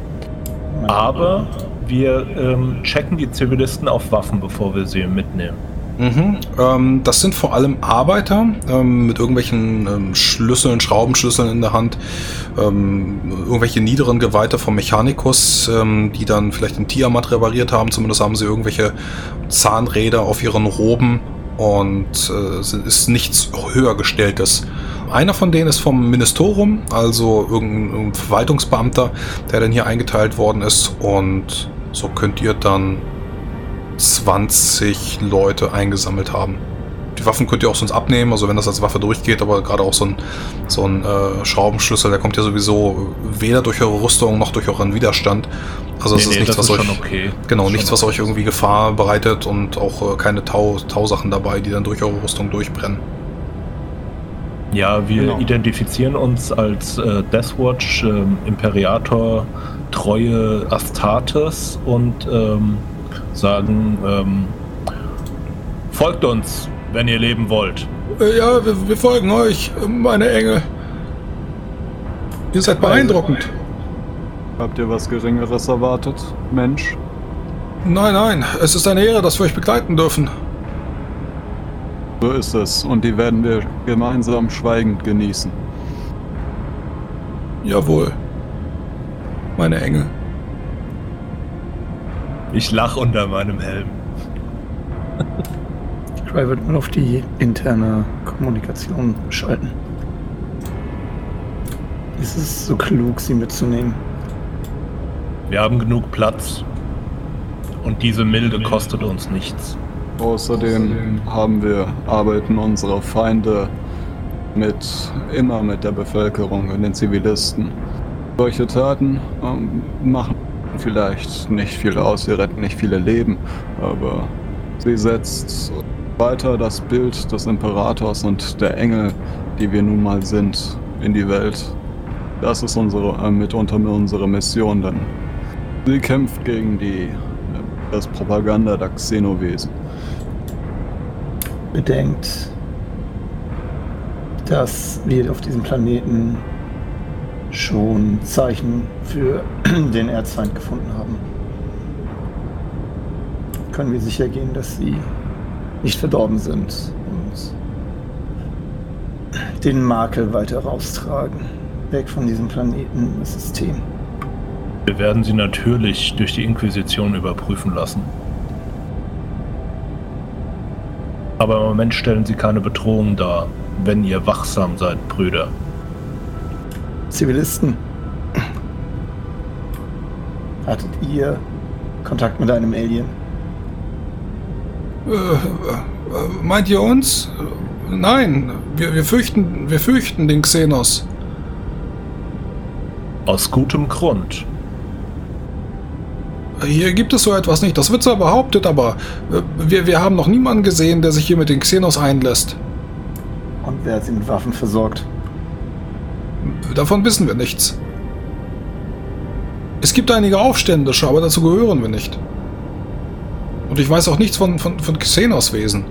Aber wir ähm, checken die Zivilisten auf Waffen, bevor wir sie mitnehmen. Mhm. Ähm, das sind vor allem Arbeiter ähm, mit irgendwelchen ähm, Schlüsseln, Schraubenschlüsseln in der Hand, ähm, irgendwelche niederen Geweihte vom Mechanikus, ähm, die dann vielleicht den Tiamat repariert haben. Zumindest haben sie irgendwelche Zahnräder auf ihren Roben und äh, es ist nichts höher gestelltes. Einer von denen ist vom Ministerium, also irgendein Verwaltungsbeamter, der dann hier eingeteilt worden ist, und so könnt ihr dann zwanzig Leute eingesammelt haben. die Waffen könnt ihr auch sonst abnehmen, also wenn das als Waffe durchgeht, aber gerade auch so ein, so ein äh, Schraubenschlüssel, der kommt ja sowieso weder durch eure Rüstung noch durch euren Widerstand. Also es Nee, ist nee, nichts, das was ist euch schon okay. genau Schon nichts, was okay. euch irgendwie Gefahr bereitet und auch äh, keine Tau, Tausachen dabei, die dann durch eure Rüstung durchbrennen. Ja, wir Genau. identifizieren uns als äh, Deathwatch, ähm, Imperator, treue Astartes und ähm, sagen, ähm, folgt uns, wenn ihr leben wollt. Äh, ja, wir, wir folgen euch, meine Engel. Ihr seid beeindruckend. Habt ihr was Geringeres erwartet, Mensch? Nein, nein, es ist eine Ehre, dass wir euch begleiten dürfen. So ist es. Und die werden wir gemeinsam schweigend genießen. Jawohl. Meine Engel. Ich lach unter meinem Helm. Cry wird mal auf die interne Kommunikation schalten. Ist es so klug, sie mitzunehmen? Wir haben genug Platz und diese Milde kostet uns nichts. Außerdem haben wir, arbeiten unsere Feinde mit, immer mit der Bevölkerung und den Zivilisten. Solche Taten ähm, machen vielleicht nicht viel aus, sie retten nicht viele Leben, aber sie setzt weiter das Bild des Imperators und der Engel, die wir nun mal sind, in die Welt. Das ist unsere, äh, mitunter unsere Mission, denn sie kämpft gegen die, äh, das Propaganda der Xenowesen. Bedenkt, dass wir auf diesem Planeten schon Zeichen für den Erzfeind gefunden haben. Können wir sicher gehen, dass sie nicht verdorben sind und den Makel weiter raustragen, weg von diesem Planeten, das System. Wir werden sie natürlich durch die Inquisition überprüfen lassen. Aber im Moment stellen sie keine Bedrohung dar, wenn ihr wachsam seid, Brüder. Zivilisten. Hattet ihr Kontakt mit einem Alien? Äh, äh, meint ihr uns? Nein, wir, wir, fürchten, wir fürchten den Xenos. Aus gutem Grund. Hier gibt es so etwas nicht, das wird zwar behauptet, aber äh, wir, wir haben noch niemanden gesehen, der sich hier mit den Xenos einlässt. Und wer hat sie mit Waffen versorgt? Davon wissen wir nichts. Es gibt einige Aufständische, aber dazu gehören wir nicht. Und ich weiß auch nichts von, von, von Xenos-Wesen.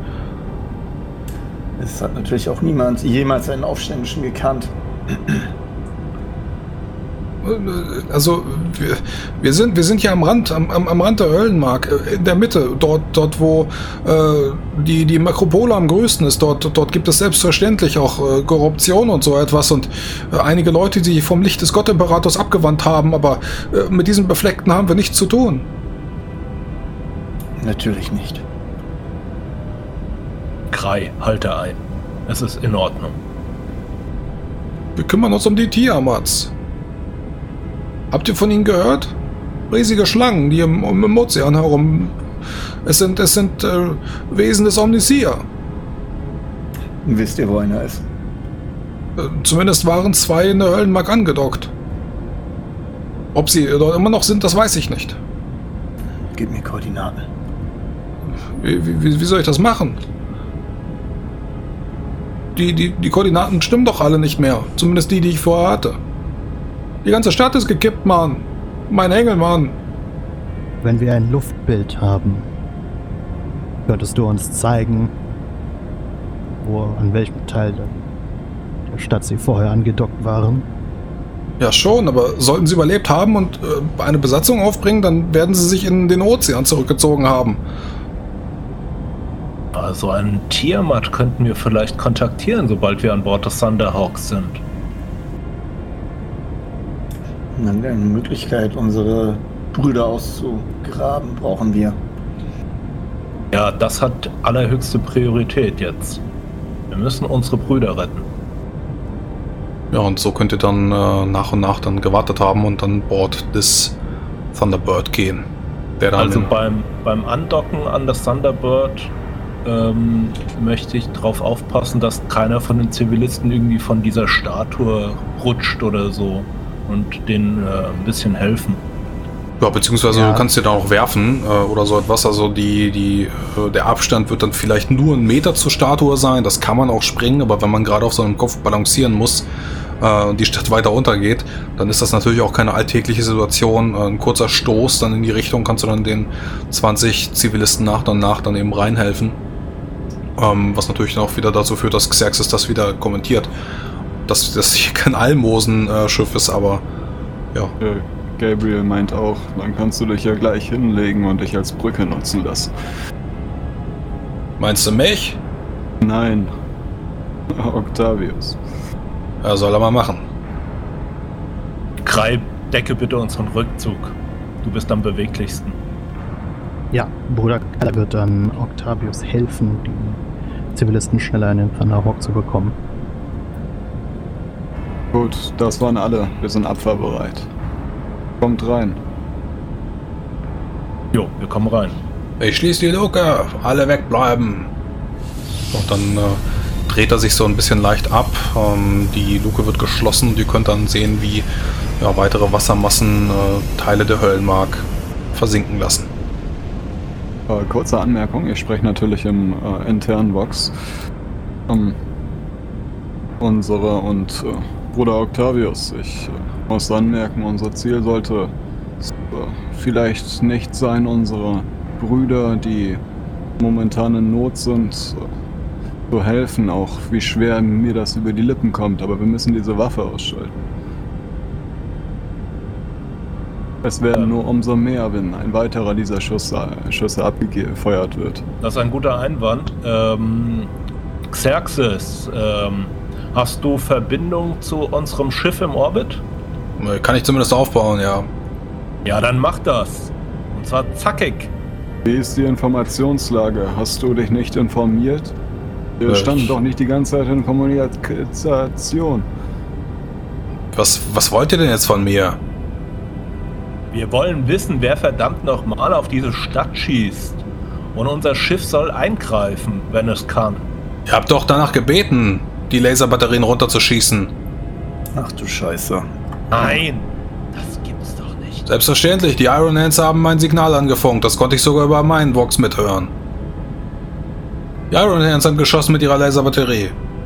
Es hat natürlich auch niemand jemals einen Aufständischen gekannt. Also, wir, wir, sind, wir sind ja am Rand, am, am Rand der Höllenmark, in der Mitte, dort, dort wo äh, die, die Makropole am größten ist. Dort, dort gibt es selbstverständlich auch äh, Korruption und so etwas und äh, einige Leute, die vom Licht des Gottimperators abgewandt haben, aber äh, mit diesen Befleckten haben wir nichts zu tun. Natürlich nicht. Krei, halte ein. Es ist in Ordnung. Wir kümmern uns um die Tiamats. Habt ihr von ihnen gehört? Riesige Schlangen, die im, im Ozean herum... Es sind, es sind äh, Wesen des Omniseer. Wisst ihr, wo einer ist? Äh, zumindest waren zwei in der Höllenmark angedockt. Ob sie dort immer noch sind, das weiß ich nicht. Gib mir Koordinaten. Wie, wie, wie soll ich das machen? Die, die, die Koordinaten stimmen doch alle nicht mehr. Zumindest die, die ich vorher hatte. Die ganze Stadt ist gekippt, Mann. Mein Engel, Mann. Wenn wir ein Luftbild haben, könntest du uns zeigen, wo, an welchem Teil der, der Stadt sie vorher angedockt waren? Ja schon, aber sollten sie überlebt haben und äh, eine Besatzung aufbringen, dann werden sie sich in den Ozean zurückgezogen haben. Also einen Tiamat könnten wir vielleicht kontaktieren, sobald wir an Bord des Thunderhawks sind. Eine Möglichkeit, unsere Brüder auszugraben, brauchen wir. Ja, das hat allerhöchste Priorität jetzt. Wir müssen unsere Brüder retten. Ja, und so könnt ihr dann äh, nach und nach dann gewartet haben und an Bord des Thunderbird gehen. Der dann Also beim, beim Andocken an das Thunderbird ähm, möchte ich darauf aufpassen, dass keiner von den Zivilisten irgendwie von dieser Statue rutscht oder so und denen äh, ein bisschen helfen. Ja, beziehungsweise Ja. du kannst dir da auch werfen äh, oder so etwas. Also die, die, äh, der Abstand wird dann vielleicht nur ein Meter zur Statue sein. Das kann man auch springen, aber wenn man gerade auf so einem Kopf balancieren muss äh, und die Stadt weiter untergeht, dann ist das natürlich auch keine alltägliche Situation. Äh, ein kurzer Stoß dann in die Richtung, kannst du dann den zwanzig Zivilisten nach und nach dann eben reinhelfen. Ähm, was natürlich dann auch wieder dazu führt, dass Xerxes das wieder kommentiert. Dass das hier kein Almosenschiff ist, aber ja. Äh, Gabriel meint auch, dann kannst du dich ja gleich hinlegen und dich als Brücke nutzen lassen. Meinst du mich? Nein. Octavius. Ja, soll er mal machen. Greib, decke bitte unseren Rückzug. Du bist am beweglichsten. Ja, Bruder Keller wird dann Octavius helfen, die Zivilisten schneller in den Thunderhawk zu bekommen. Gut, das waren alle. Wir sind abfahrbereit. Kommt rein. Jo, wir kommen rein. Ich schließe die Luke, alle wegbleiben. Und dann äh, dreht er sich so ein bisschen leicht ab. Ähm, die Luke wird geschlossen und ihr könnt dann sehen, wie ja, weitere Wassermassen äh, Teile der Höllenmark versinken lassen. Äh, kurze Anmerkung, ich spreche natürlich im äh, internen Vox. Ähm, unsere und äh, Bruder Octavius, ich äh, muss anmerken, unser Ziel sollte äh, vielleicht nicht sein, unsere Brüder, die momentan in Not sind, äh, zu helfen, auch wie schwer mir das über die Lippen kommt, aber wir müssen diese Waffe ausschalten. Es werden nur umso mehr, wenn ein weiterer dieser Schüsse, Schüsse abgefeuert wird. Das ist ein guter Einwand. Ähm, Xerxes, ähm, hast du Verbindung zu unserem Schiff im Orbit? Äh, Kann ich zumindest aufbauen, ja. Ja, dann mach das. Und zwar zackig. Wie ist die Informationslage? Hast du dich nicht informiert? Wir Äh, standen doch nicht die ganze Zeit in Kommunikation. Was, was wollt ihr denn jetzt von mir? Wir wollen wissen, wer verdammt nochmal auf diese Stadt schießt. Und unser Schiff soll eingreifen, wenn es kann. Ihr habt doch danach gebeten, die Laserbatterien runterzuschießen. Ach du Scheiße. Nein, das gibt's doch nicht. Selbstverständlich, die Iron Hands haben mein Signal angefunkt. Das konnte ich sogar über meinen Vox mithören. Die Iron Hands haben geschossen mit ihrer Laserbatterie.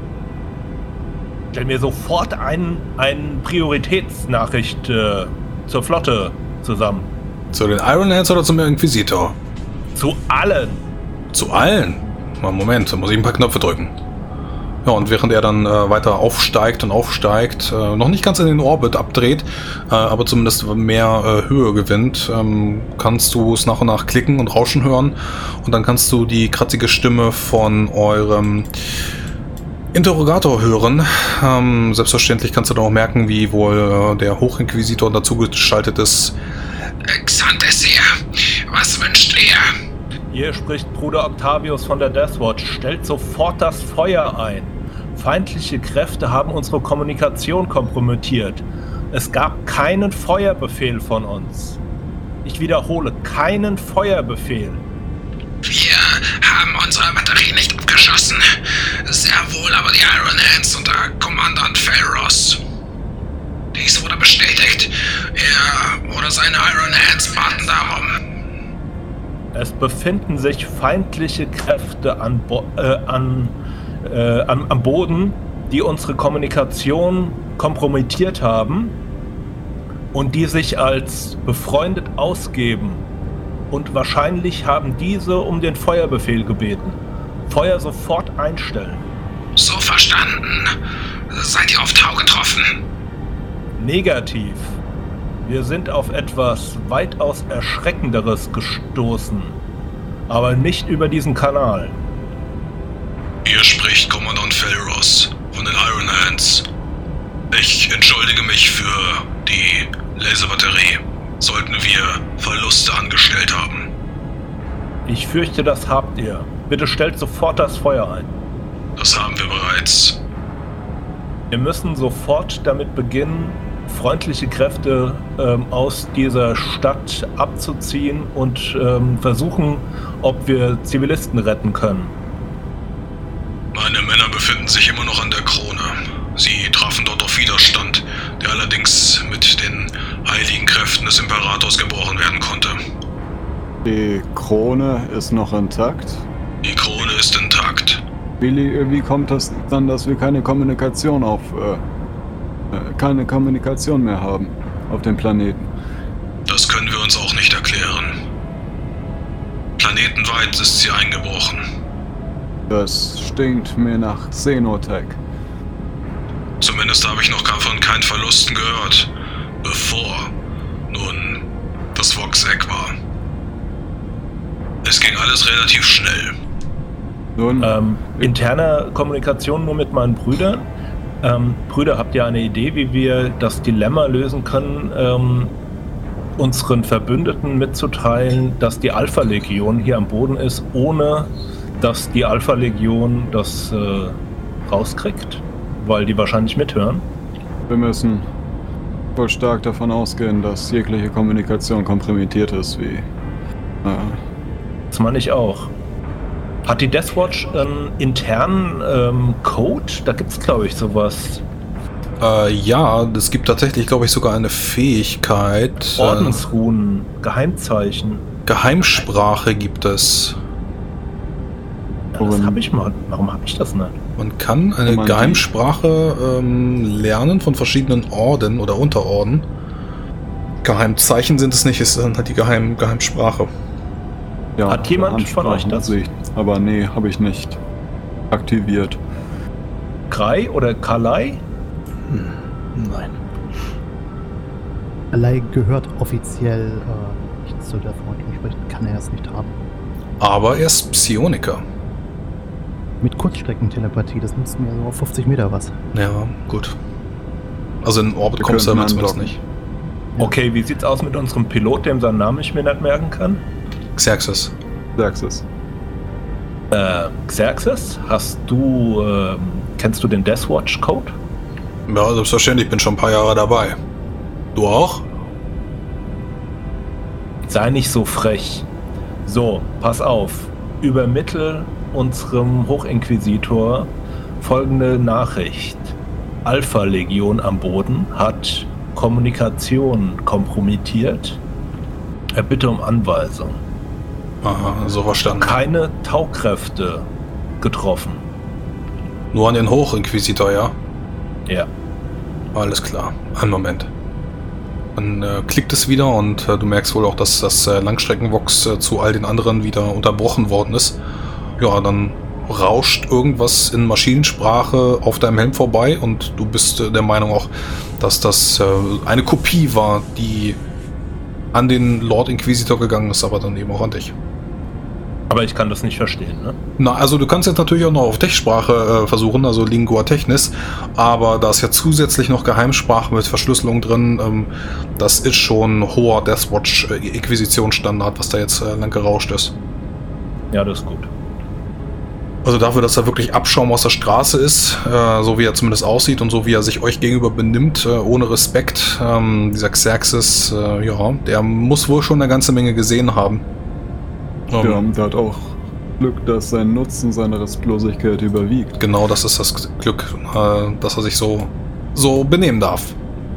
Stell mir sofort eine ein Prioritätsnachricht äh, zur Flotte zusammen. Zu den Iron Hands oder zum Inquisitor? Zu allen. Zu allen? Mal Moment, da muss ich ein paar Knöpfe drücken. Ja, und während er dann äh, weiter aufsteigt und aufsteigt, äh, noch nicht ganz in den Orbit abdreht, äh, aber zumindest mehr äh, Höhe gewinnt, ähm, kannst du es nach und nach klicken und Rauschen hören. Und dann kannst du die kratzige Stimme von eurem Interrogator hören. Ähm, selbstverständlich kannst du dann auch merken, wie wohl äh, der Hochinquisitor dazu geschaltet ist. Xantes hier. Was wünscht ihr? Hier spricht Bruder Octavius von der Deathwatch. Stellt sofort das Feuer ein. Feindliche Kräfte haben unsere Kommunikation kompromittiert. Es gab keinen Feuerbefehl von uns. Ich wiederhole, keinen Feuerbefehl. Wir haben unsere Batterie nicht abgeschossen. Sehr wohl aber die Iron Hands unter Kommandant Felros. Dies wurde bestätigt. Er oder seine Iron Hands baten darum. Es befinden sich feindliche Kräfte an Bo äh, an, äh, am, am Boden, die unsere Kommunikation kompromittiert haben und die sich als befreundet ausgeben. Und wahrscheinlich haben diese um den Feuerbefehl gebeten. Feuer sofort einstellen. So verstanden. Seid ihr auf Tau getroffen? Negativ. Wir sind auf etwas weitaus Erschreckenderes gestoßen. Aber nicht über diesen Kanal. Hier spricht Kommandant Felros von den Iron Hands. Ich entschuldige mich für die Laserbatterie. Sollten wir Verluste angestellt haben. Ich fürchte, das habt ihr. Bitte stellt sofort das Feuer ein. Das haben wir bereits. Wir müssen sofort damit beginnen, freundliche Kräfte ähm, aus dieser Stadt abzuziehen und ähm, versuchen, ob wir Zivilisten retten können. befinden sich immer noch an der Krone. Sie trafen dort auf Widerstand, der allerdings mit den heiligen Kräften des Imperators gebrochen werden konnte. Die Krone ist noch intakt? Die Krone ist intakt. Wie, wie kommt das dann, dass wir keine Kommunikation auf, äh, keine Kommunikation mehr haben auf dem Planeten? Das können wir uns auch nicht erklären. Planetenweit ist sie eingebrochen. Das stinkt mir nach Xenotech. Zumindest habe ich noch von keinen Verlusten gehört, bevor nun das Voxec war. Es ging alles relativ schnell. Nun, Ähm, interne Kommunikation nur mit meinen Brüdern. Ähm, Brüder, habt ihr eine Idee, wie wir das Dilemma lösen können, ähm, unseren Verbündeten mitzuteilen, dass die Alpha-Legion hier am Boden ist, ohne dass die Alpha-Legion das äh, rauskriegt? Weil die wahrscheinlich mithören. wir müssen wohl stark davon ausgehen, dass jegliche Kommunikation kompromittiert ist, wie... Äh, Das meine ich auch. Hat die Deathwatch einen internen ähm, Code? Da gibt es, glaube ich, sowas. Äh, ja, es gibt tatsächlich, glaube ich, sogar eine Fähigkeit. Ordensruhen, Geheimzeichen. Äh, Geheimsprache gibt es. Ja, das habe ich mal. Warum habe ich das nicht? Man kann eine Man Geheimsprache ähm, lernen von verschiedenen Orden oder Unterorden. Geheimzeichen sind es nicht, es ist dann halt die Geheim Geheimsprache. ja, Hat jemand von euch das? Sicht. Aber nee, habe ich nicht aktiviert. Krei oder Kalai? Nein. Alei gehört offiziell äh, nicht zu der Front, entsprechend kann er es nicht haben. Aber er ist Psioniker. Mit Kurzstreckentelepathie, das nutzt mir so auf fünfzig Meter was. Ja, gut. Also in Orbit Wir kommst du könnten damit zumindest andocken. nicht. Okay, wie sieht's aus mit unserem Pilot, dem seinen Namen ich mir nicht merken kann? Xerxes. Sag's es. Äh, Xerxes, hast du, ähm, kennst du den Deathwatch-Code? Ja, selbstverständlich, ich bin schon ein paar Jahre dabei. Du auch? Sei nicht so frech. So, pass auf. Übermittel unserem Hochinquisitor folgende Nachricht. Alpha-Legion am Boden hat Kommunikation kompromittiert. Er bitte um Anweisung. Aha, so verstanden. Keine Taukräfte getroffen. Nur an den Hochinquisitor, ja? Ja. Alles klar. Einen Moment. Dann äh, klickt es wieder und äh, du merkst wohl auch, dass das äh, Langstreckenvox äh, zu all den anderen wieder unterbrochen worden ist. Ja, dann rauscht irgendwas in Maschinensprache auf deinem Helm vorbei und du bist äh, der Meinung auch, dass das äh, eine Kopie war, die an den Lord Inquisitor gegangen ist, aber dann eben auch an dich. Aber ich kann das nicht verstehen, ne? Na, also du kannst jetzt natürlich auch noch auf Tech-Sprache äh, versuchen, also Lingua Technis, aber da ist ja zusätzlich noch Geheimsprache mit Verschlüsselung drin. Ähm, das ist schon hoher Deathwatch-Inquisitionsstandard, was da jetzt äh, lang gerauscht ist. Ja, das ist gut. Also dafür, dass er wirklich Abschaum aus der Straße ist, äh, so wie er zumindest aussieht und so wie er sich euch gegenüber benimmt, äh, ohne Respekt, ähm, dieser Xerxes, äh, ja, der muss wohl schon eine ganze Menge gesehen haben. Ähm, Ja, der hat auch Glück, dass sein Nutzen seine Restlosigkeit überwiegt. Genau, das ist das Glück, äh, dass er sich so, so benehmen darf.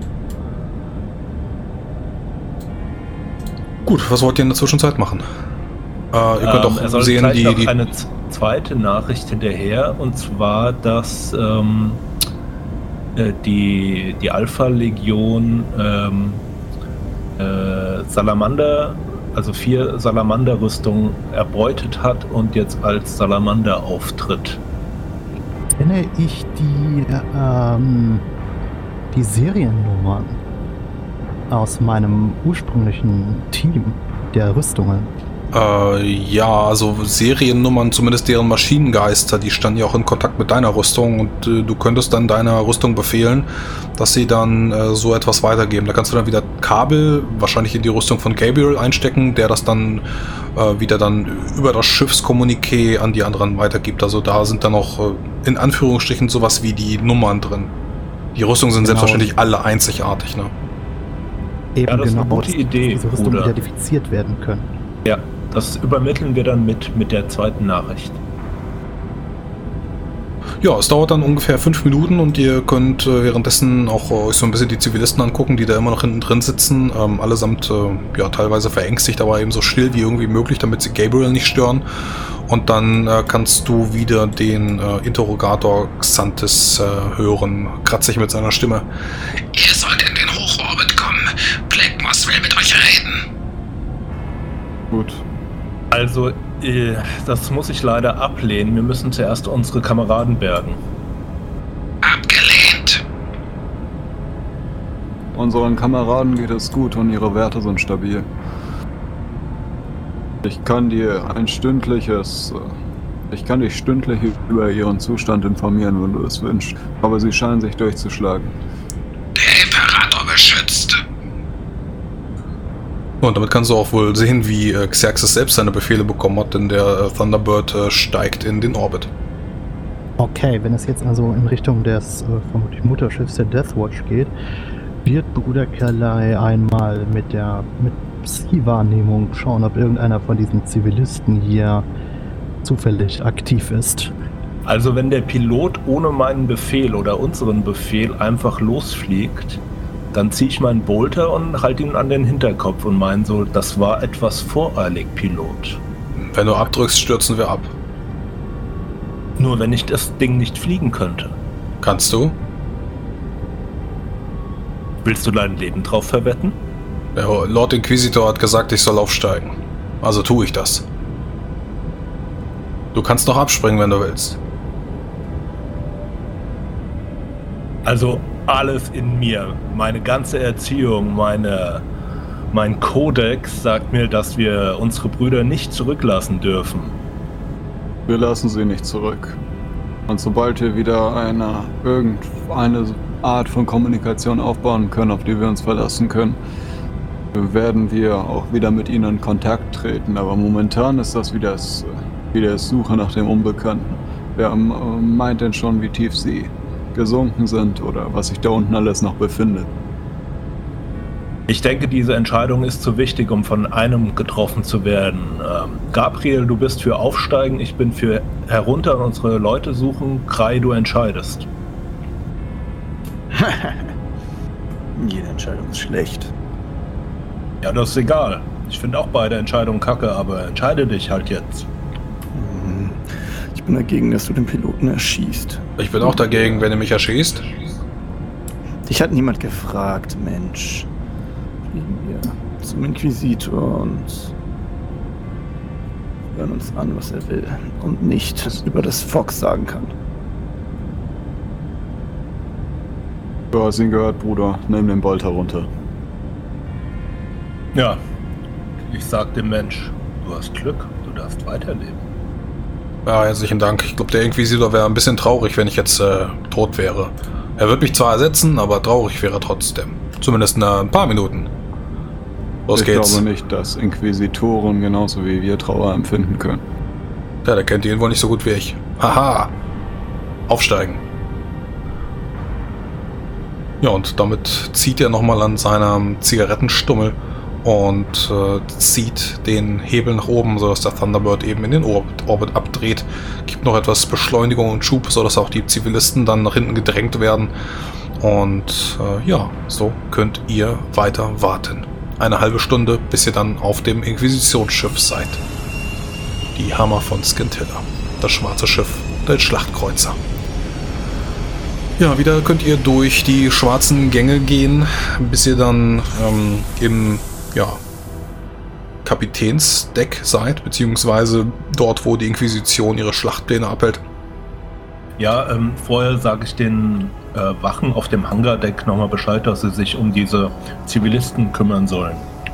Gut, was wollt ihr in der Zwischenzeit machen? Äh, ihr könnt Ähm, auch er soll sehen, gleich die... noch die eine z- zweite Nachricht hinterher, und zwar, dass ähm, äh, die, die Alpha-Legion ähm, äh, Salamander, also vier Salamander-Rüstungen erbeutet hat und jetzt als Salamander auftritt. Kenne ich die, ähm, die Seriennummern aus meinem ursprünglichen Team der Rüstungen? Äh, ja, also Seriennummern, zumindest deren Maschinengeister, die standen ja auch in Kontakt mit deiner Rüstung und äh, du könntest dann deiner Rüstung befehlen, dass sie dann äh, so etwas weitergeben. Da kannst du dann wieder Kabel, wahrscheinlich in die Rüstung von Gabriel einstecken, der das dann äh, wieder dann über das Schiffskommuniqué an die anderen weitergibt. Also da sind dann auch äh, in Anführungsstrichen sowas wie die Nummern drin. Die Rüstungen sind Genau. selbstverständlich alle einzigartig, ne? Eben Ja, das ist eine genau, gute dass Idee, diese Rüstungen Bruder. identifiziert werden können. Ja, das übermitteln wir dann mit, mit der zweiten Nachricht. Ja, es dauert dann ungefähr fünf Minuten und ihr könnt äh, währenddessen auch äh, euch so ein bisschen die Zivilisten angucken, die da immer noch hinten drin sitzen. Ähm, allesamt äh, ja teilweise verängstigt, aber eben so still wie irgendwie möglich, damit sie Gabriel nicht stören. Und dann äh, kannst du wieder den äh, Interrogator Xantis äh, hören, kratzig mit seiner Stimme. Ihr sollt in den Hochorbit kommen. Blackmoss will mit euch reden. Gut. Also, äh, das muss ich leider ablehnen. Wir müssen zuerst unsere Kameraden bergen. Abgelehnt. Unseren Kameraden geht es gut und ihre Werte sind stabil. Ich kann dir ein stündliches... Ich kann dich stündlich über ihren Zustand informieren, wenn du es wünschst. Aber sie scheinen sich durchzuschlagen. Der Imperator beschützt. Und damit kannst du auch wohl sehen, wie äh, Xerxes selbst seine Befehle bekommen hat, denn der äh, Thunderbird äh, steigt in den Orbit. Okay, wenn es jetzt also in Richtung des äh, vermutlich Mutterschiffs der Deathwatch geht, wird Bruder Kerlei einmal mit der mit Psi-Wahrnehmung schauen, ob irgendeiner von diesen Zivilisten hier zufällig aktiv ist. Also wenn der Pilot ohne meinen Befehl oder unseren Befehl einfach losfliegt, dann ziehe ich meinen Bolter und halte ihn an den Hinterkopf und meine so, das war etwas voreilig, Pilot. Wenn du abdrückst, stürzen wir ab. Nur wenn ich das Ding nicht fliegen könnte. Kannst du? Willst du dein Leben drauf verwetten? Der Lord Inquisitor hat gesagt, ich soll aufsteigen. Also tue ich das. Du kannst noch abspringen, wenn du willst. Also alles in mir, meine ganze Erziehung, meine, mein Kodex sagt mir, dass wir unsere Brüder nicht zurücklassen dürfen. Wir lassen sie nicht zurück. Und sobald wir wieder eine irgendeine Art von Kommunikation aufbauen können, auf die wir uns verlassen können, werden wir auch wieder mit ihnen in Kontakt treten. Aber momentan ist das wie das, wie das Suche nach dem Unbekannten. Wer meint denn schon, wie tief sie gesunken sind oder was sich da unten alles noch befindet? Ich denke, diese Entscheidung ist zu wichtig, um von einem getroffen zu werden. Ähm, Gabriel, du bist für Aufsteigen, ich bin für herunter und unsere Leute suchen. Krei, du entscheidest. Jede Entscheidung ist schlecht. Ja, das ist egal. Ich finde auch beide Entscheidungen kacke, aber entscheide dich halt jetzt. Ich bin dagegen, dass du den Piloten erschießt. Ich bin auch dagegen, wenn du mich erschießt. Dich hat niemand gefragt, Mensch. Fliegen wir zum Inquisitor und hören uns an, was er will. Und nicht über das Fox sagen kann. Du hast ihn gehört, Bruder. Nimm den Bolter runter. Ja, ich sag dem Mensch, du hast Glück, du darfst weiterleben. Ja, herzlichen Dank. Ich glaube, der Inquisitor wäre ein bisschen traurig, wenn ich jetzt äh, tot wäre. Er wird mich zwar ersetzen, aber traurig wäre er trotzdem. Zumindest in ein paar Minuten. Los ich geht's. Ich glaube nicht, dass Inquisitoren genauso wie wir Trauer empfinden können. Ja, der kennt ihn wohl nicht so gut wie ich. Haha. Aufsteigen. Ja, und damit zieht er nochmal an seinem Zigarettenstummel und äh, zieht den Hebel nach oben, sodass der Thunderbird eben in den Orbit, Orbit abdreht. Gibt noch etwas Beschleunigung und Schub, sodass auch die Zivilisten dann nach hinten gedrängt werden. Und äh, ja, so könnt ihr weiter warten. Eine halbe Stunde, bis ihr dann auf dem Inquisitionsschiff seid. Die Hammer von Scintilla. Das schwarze Schiff, der Schlachtkreuzer. Ja, wieder könnt ihr durch die schwarzen Gänge gehen, bis ihr dann ähm, im ja, Kapitänsdeck seid, beziehungsweise dort, wo die Inquisition ihre Schlachtpläne abhält. Ja, ähm, vorher sage ich den äh, Wachen auf dem Hangardeck nochmal Bescheid, dass sie sich um diese Zivilisten kümmern sollen.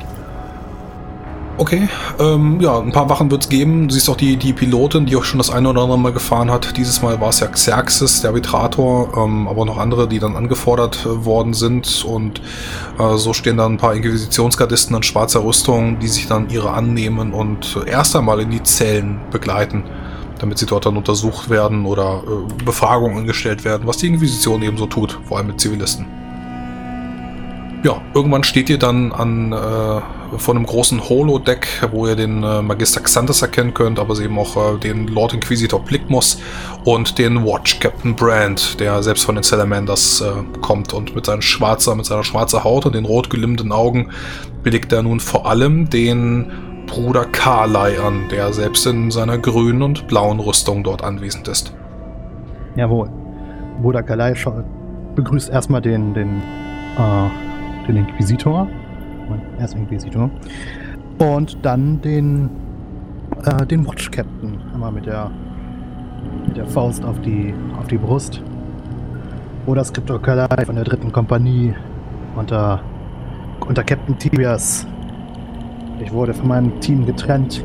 Okay, ähm, ja, ein paar Wachen wird es geben. Du siehst auch die, die Pilotin, die auch schon das eine oder andere Mal gefahren hat. Dieses Mal war es ja Xerxes, der Arbitrator, ähm, aber noch andere, die dann angefordert äh, worden sind. Und äh, so stehen dann ein paar Inquisitionsgardisten in schwarzer Rüstung, die sich dann ihre annehmen und äh, erst einmal in die Zellen begleiten, damit sie dort dann untersucht werden oder äh, Befragungen angestellt werden, was die Inquisition eben so tut, vor allem mit Zivilisten. Ja, irgendwann steht ihr dann an äh, vor einem großen Holodeck, wo ihr den äh, Magister Xanthus erkennen könnt, aber eben auch äh, den Lord Inquisitor Pligmus und den Watch Captain Brand, der selbst von den Salamanders äh, kommt, und mit seiner schwarzer, mit seiner schwarzen Haut und den rot gelimmten Augen blickt er nun vor allem den Bruder Karlai an, der selbst in seiner grünen und blauen Rüstung dort anwesend ist. Jawohl. Bruder Karlai begrüßt erstmal den, den, äh, den Inquisitor. Er ist Inquisitor. Und dann den, äh, den Watch Captain. Einmal mit der, mit der Faust auf die, auf die Brust. Bruder Skriptor Karlai von der dritten Kompanie unter, unter Captain Tibias. Ich wurde von meinem Team getrennt.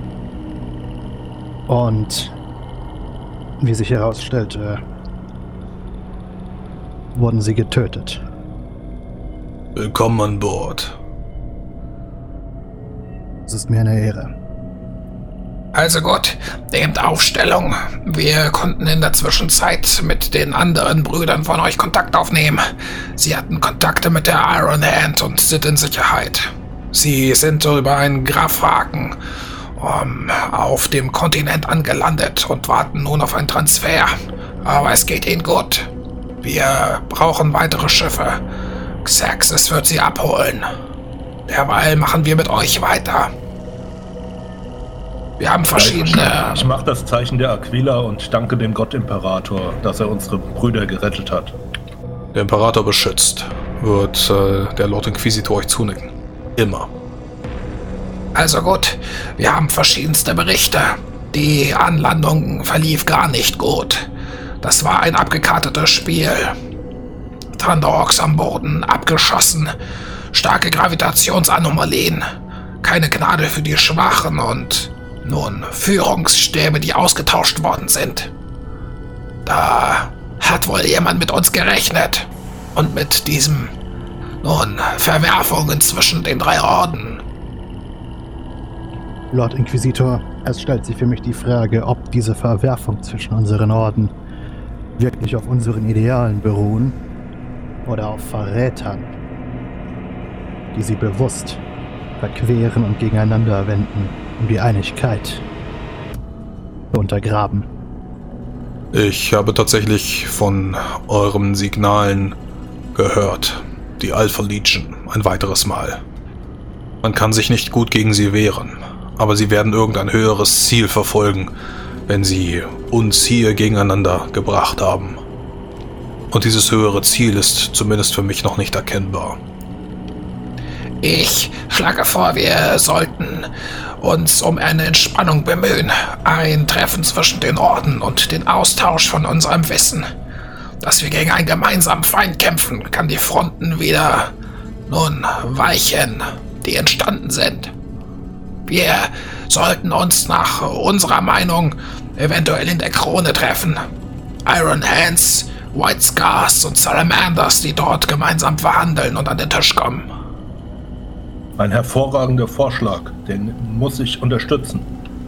Und wie sich herausstellte, wurden sie getötet. Willkommen an Bord. Es ist mir eine Ehre. Also gut, nehmt Aufstellung. Wir konnten in der Zwischenzeit mit den anderen Brüdern von euch Kontakt aufnehmen. Sie hatten Kontakte mit der Iron Hand und sind in Sicherheit. Sie sind über einen Grafhaken um, auf dem Kontinent angelandet und warten nun auf einen Transfer. Aber es geht ihnen gut. Wir brauchen weitere Schiffe. Xerxes wird sie abholen. Derweil machen wir mit euch weiter. Wir haben verschiedene... Ich mache das Zeichen der Aquila und danke dem Gott-Imperator, dass er unsere Brüder gerettet hat. Der Imperator beschützt, wird äh, der Lord Inquisitor euch zunicken. Immer. Also gut, wir haben verschiedenste Berichte. Die Anlandung verlief gar nicht gut. Das war ein abgekartetes Spiel. Thunderhawks am Boden, abgeschossen, starke Gravitationsanomalien, keine Gnade für die Schwachen und nun Führungsstäbe, die ausgetauscht worden sind. Da hat wohl jemand mit uns gerechnet und mit diesem, nun, Verwerfungen zwischen den drei Orden. Lord Inquisitor, es stellt sich für mich die Frage, ob diese Verwerfung zwischen unseren Orden wirklich auf unseren Idealen beruhen oder auf Verrätern, die sie bewusst verqueren und gegeneinander wenden, um die Einigkeit zu untergraben. Ich habe tatsächlich von euren Signalen gehört. Die Alpha Legion, ein weiteres Mal. Man kann sich nicht gut gegen sie wehren, aber sie werden irgendein höheres Ziel verfolgen, wenn sie uns hier gegeneinander gebracht haben. Und dieses höhere Ziel ist zumindest für mich noch nicht erkennbar. Ich schlage vor, wir sollten uns um eine Entspannung bemühen. Ein Treffen zwischen den Orden und den Austausch von unserem Wissen. Dass wir gegen einen gemeinsamen Feind kämpfen, kann die Fronten wieder, nun, weichen, die entstanden sind. Wir sollten uns nach unserer Meinung eventuell in der Krone treffen. Iron Hands, White Scars und Salamanders, die dort gemeinsam verhandeln und an den Tisch kommen. Ein hervorragender Vorschlag, den muss ich unterstützen.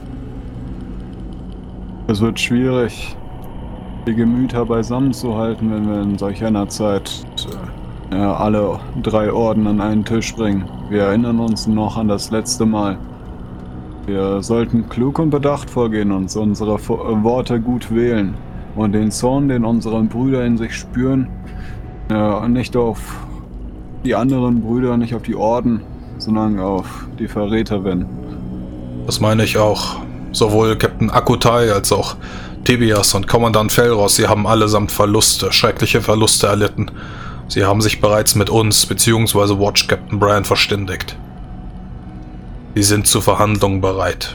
Es wird schwierig, die Gemüter beisammen zu halten, wenn wir in solch einer Zeit äh, ja, alle drei Orden an einen Tisch bringen. Wir erinnern uns noch an das letzte Mal. Wir sollten klug und bedacht vorgehen und unsere Vo- Worte gut wählen und den Zorn, den unsere Brüder in sich spüren, ja, nicht auf die anderen Brüder, nicht auf die Orden, sondern auf die Verräter wenden. Das meine ich auch. Sowohl Captain Akutai als auch Tibias und Kommandant Felros, sie haben allesamt Verluste, schreckliche Verluste erlitten. Sie haben sich bereits mit uns bzw. Watch Captain Brand verständigt. Sie sind zu Verhandlungen bereit.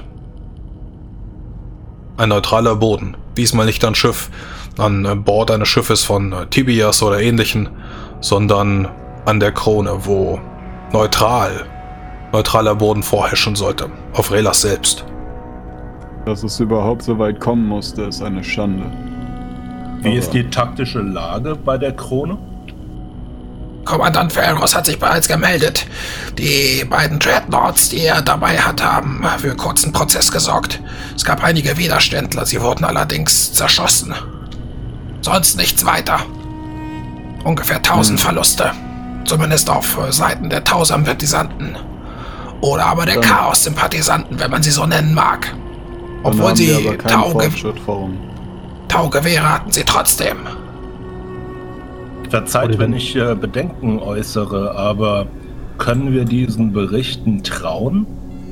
Ein neutraler Boden, diesmal nicht ein Schiff an Bord eines Schiffes von Tibias oder ähnlichen, sondern an der Krone, wo neutral, neutraler Boden vorherrschen sollte, auf Relas selbst. Dass es überhaupt so weit kommen musste, ist eine Schande. Wie Aber ist die taktische Lage bei der Krone? Kommandant Felros hat sich bereits gemeldet. Die beiden Dreadnoughts, die er dabei hat, haben für kurzen Prozess gesorgt. Es gab einige Widerständler, sie wurden allerdings zerschossen. Sonst nichts weiter. Ungefähr tausend hm. Verluste. Zumindest auf Seiten der Tau-Sympathisanten. Oder aber der Dann- Chaos-Sympathisanten, wenn man sie so nennen mag. Dann Obwohl haben sie wir aber keinen Tauge Fortschritt voran. Taugewehre hatten sie trotzdem. Verzeiht, wenn ich äh, Bedenken äußere, aber können wir diesen Berichten trauen?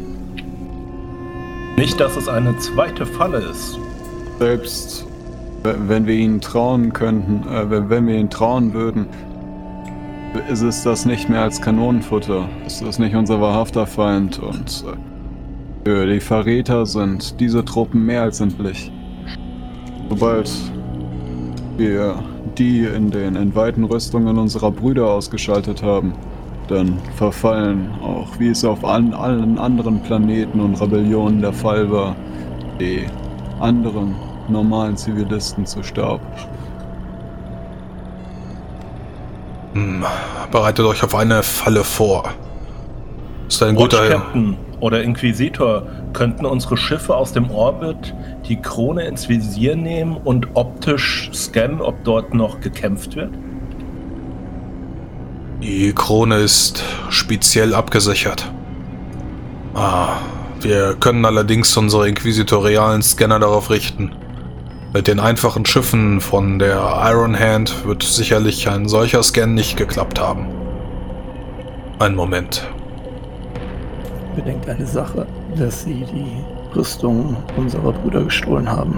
Nicht, dass es eine zweite Falle ist. Selbst w- wenn wir ihnen trauen könnten, äh, wenn wenn wir ihnen trauen würden, ist es das nicht mehr als Kanonenfutter. Es ist nicht unser wahrhafter Feind und äh, für die Verräter sind diese Truppen mehr als endlich. Sobald wir die in den entweihten Rüstungen unserer Brüder ausgeschaltet haben, dann verfallen, auch wie es auf an, allen anderen Planeten und Rebellionen der Fall war, die anderen normalen Zivilisten zu Staub. Hm, bereitet euch auf eine Falle vor. Ist ein Watch guter... Captain oder Inquisitor, könnten unsere Schiffe aus dem Orbit die Krone ins Visier nehmen und optisch scannen, ob dort noch gekämpft wird? Die Krone ist speziell abgesichert. Ah, wir können allerdings unsere inquisitorialen Scanner darauf richten. Mit den einfachen Schiffen von der Iron Hand wird sicherlich ein solcher Scan nicht geklappt haben. Einen Moment. Bedenkt eine Sache, dass sie die Rüstung unserer Brüder gestohlen haben.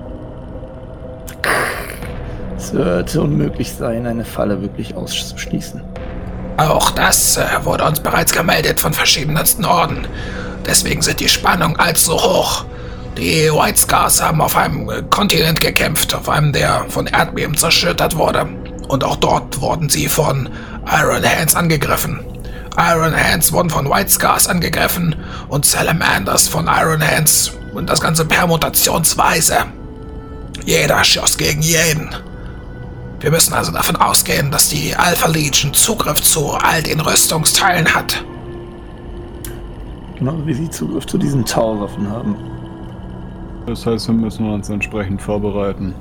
Es wird unmöglich sein, eine Falle wirklich auszuschließen. Auch das äh, wurde uns bereits gemeldet von verschiedensten Orden. Deswegen sind die Spannungen allzu hoch. Die White Scars haben auf einem äh, Kontinent gekämpft, auf einem, der von Erdbeben zerschüttert wurde. Und auch dort wurden sie von Iron Hands angegriffen. Iron Hands wurden von White Scars angegriffen und Salamanders von Iron Hands. Und das Ganze permutationsweise. Jeder schoss gegen jeden. Wir müssen also davon ausgehen, dass die Alpha Legion Zugriff zu all den Rüstungsteilen hat. Genau wie sie Zugriff zu diesen Tauwaffen haben. Das heißt, wir müssen uns entsprechend vorbereiten.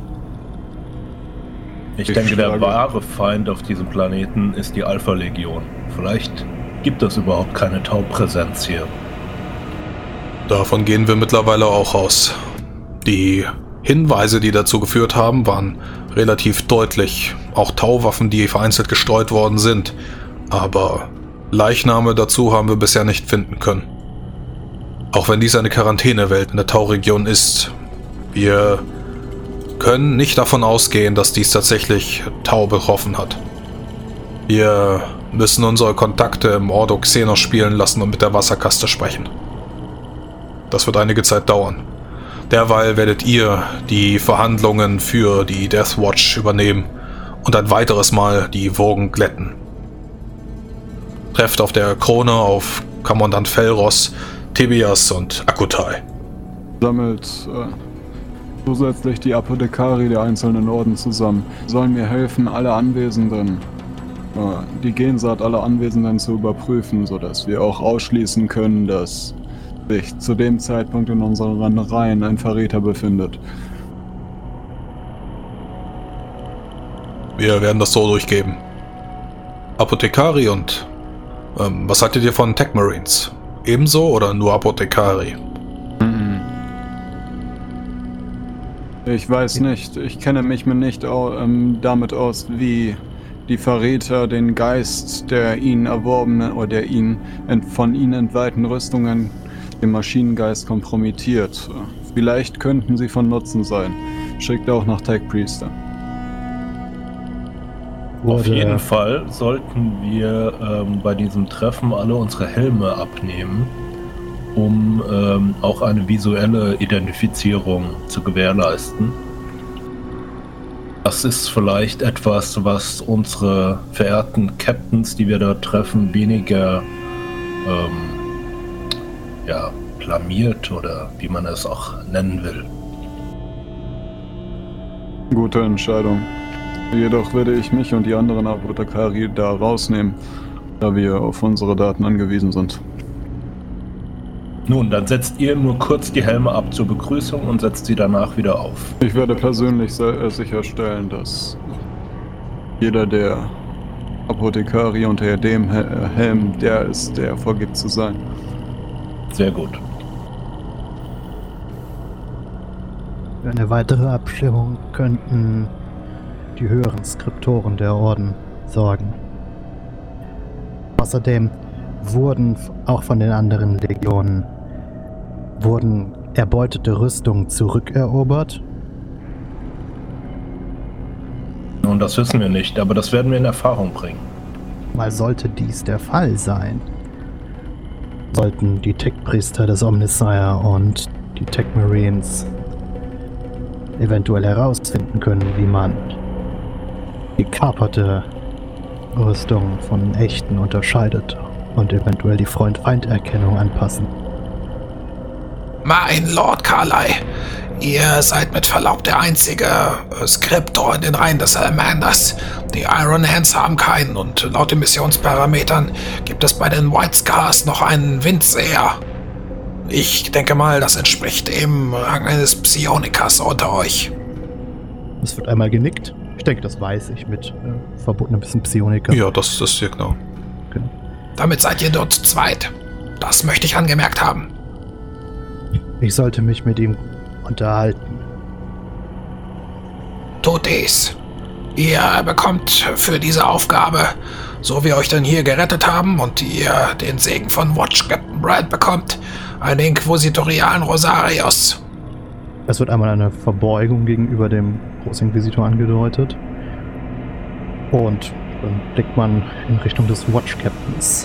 Ich, Ich denke, der schlage- wahre Feind auf diesem Planeten ist die Alpha Legion. Vielleicht gibt es überhaupt keine Taupräsenz hier. Davon gehen wir mittlerweile auch aus. Die Hinweise, die dazu geführt haben, waren relativ deutlich. Auch Tauwaffen, die vereinzelt gestreut worden sind. Aber Leichname dazu haben wir bisher nicht finden können. Auch wenn dies eine Quarantänewelt in der Tauregion ist. Wir können nicht davon ausgehen, dass dies tatsächlich Tau betroffen hat. Wir müssen unsere Kontakte im Ordo Xenos spielen lassen und mit der Wasserkaste sprechen. Das wird einige Zeit dauern. Derweil werdet ihr die Verhandlungen für die Death Watch übernehmen und ein weiteres Mal die Wogen glätten. Trefft auf der Krone auf Kommandant Felros, Tibias und Akutai. Sammelt äh, zusätzlich die Apothekari der einzelnen Orden zusammen. Sollen mir helfen, alle Anwesenden, äh, die Gensaat aller Anwesenden zu überprüfen, sodass wir auch ausschließen können, dass sich zu dem Zeitpunkt in unseren Reihen ein Verräter befindet. Wir werden das so durchgeben. Apothekari und... Ähm, was haltet ihr von Tech Marines? Ebenso oder nur Apothekari? Ich weiß nicht. Ich kenne mich mir nicht au ähm, damit aus, wie die Verräter den Geist der ihnen erworbenen oder der ihnen ent von ihnen entweihten Rüstungen, den Maschinengeist, kompromittiert. Vielleicht könnten sie von Nutzen sein. Schickt auch nach Tech Priester. Auf jeden Fall sollten wir ähm, bei diesem Treffen alle unsere Helme abnehmen, um ähm, auch eine visuelle Identifizierung zu gewährleisten. Das ist vielleicht etwas, was unsere verehrten Captains, die wir da treffen, weniger ähm, ja, blamiert oder wie man es auch nennen will. Gute Entscheidung. Jedoch werde ich mich und die anderen Apothekari da rausnehmen, da wir auf unsere Daten angewiesen sind. Nun, dann setzt ihr nur kurz die Helme ab zur Begrüßung und setzt sie danach wieder auf. Ich werde persönlich se- äh, sicherstellen, dass jeder der Apothekari unter dem Helm, der ist, der vorgibt zu sein. Sehr gut. Für eine weitere Abstimmung könnten die höheren Skriptoren der Orden sorgen. Außerdem wurden auch von den anderen Legionen wurden erbeutete Rüstungen zurückerobert. Nun, das wissen wir nicht, aber das werden wir in Erfahrung bringen. Mal sollte dies der Fall sein, sollten die Tech-Priester des Omnissiah und die Tech-Marines eventuell herausfinden können, wie man gekaperte Rüstungen von echten unterscheidet und eventuell die Freund-Feind-Erkennung anpassen. Mein Lord Carlyle, ihr seid mit Verlaub der einzige äh, Skriptor in den Reihen des Salamanders. Die Iron Hands haben keinen und laut den Missionsparametern gibt es bei den White Scars noch einen Windseher. Ich denke mal, das entspricht dem Rang eines Psionikers unter euch. Es wird einmal genickt. Ich denke, das weiß ich mit äh, verbotenem bisschen Psioniker. Ja, das ist ja genau. Genau. Damit seid ihr nur zu zweit. Das möchte ich angemerkt haben. Ich sollte mich mit ihm unterhalten. Tut dies. Ihr bekommt für diese Aufgabe, so wir euch dann hier gerettet haben und ihr den Segen von Watch Captain Brad bekommt, einen inquisitorialen Rosarius. Es wird einmal eine Verbeugung gegenüber dem Großinquisitor angedeutet. Und dann blickt man in Richtung des Watch Captains.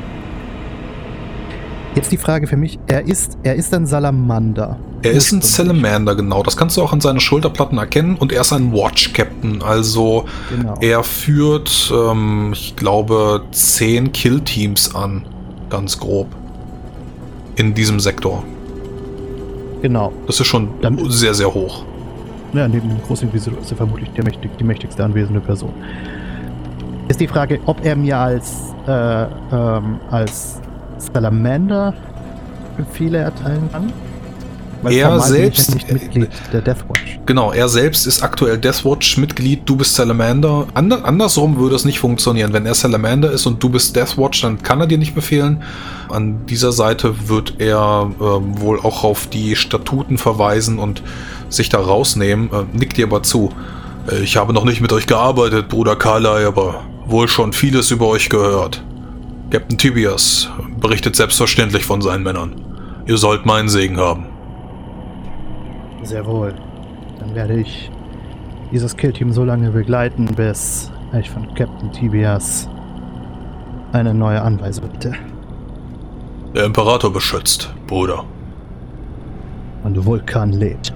Jetzt die Frage für mich, er ist, er ist ein Salamander. Er ist ein Salamander, genau. Das kannst du auch an seinen Schulterplatten erkennen. Und er ist ein Watch Captain. Also Genau. er führt, ähm, ich glaube, zehn Killteams an. Ganz grob. In diesem Sektor. Genau. Das ist schon Dann- sehr, sehr hoch. Ja, neben dem Großinquisitor ist er vermutlich der mächtig, die mächtigste anwesende Person. Ist die Frage, ob er mir als, äh, ähm, als Salamander Befehle erteilen kann? Er formal bin ich selbst- ja nicht Mitglied der Deathwatch. Genau, er selbst ist aktuell Deathwatch-Mitglied, du bist Salamander. Ander, andersrum würde es nicht funktionieren. Wenn er Salamander ist und du bist Deathwatch, dann kann er dir nicht befehlen. An dieser Seite wird er ähm, wohl auch auf die Statuten verweisen und sich da rausnehmen. Äh, nickt dir aber zu. Äh, ich habe noch nicht mit euch gearbeitet, Bruder Carlyle, aber wohl schon vieles über euch gehört. Captain Tibias berichtet selbstverständlich von seinen Männern. Ihr sollt meinen Segen haben. Sehr wohl. Dann werde ich dieses Killteam so lange begleiten, bis ich von Captain Tibias eine neue Anweisung bitte. Der Imperator beschützt, Bruder. Und Vulkan lebt.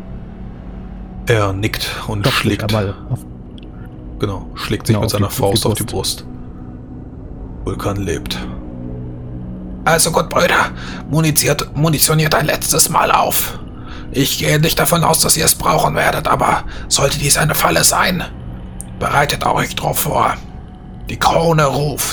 Er nickt und Klopft sich schlägt, einmal auf, genau, schlägt sich Genau, mit auf seiner die- auf die Faust auf die Brust. Vulkan lebt. Also gut, Brüder, munitiert, munitioniert ein letztes Mal auf. Ich gehe nicht davon aus, dass ihr es brauchen werdet, aber sollte dies eine Falle sein, bereitet euch drauf vor. Die Krone ruft.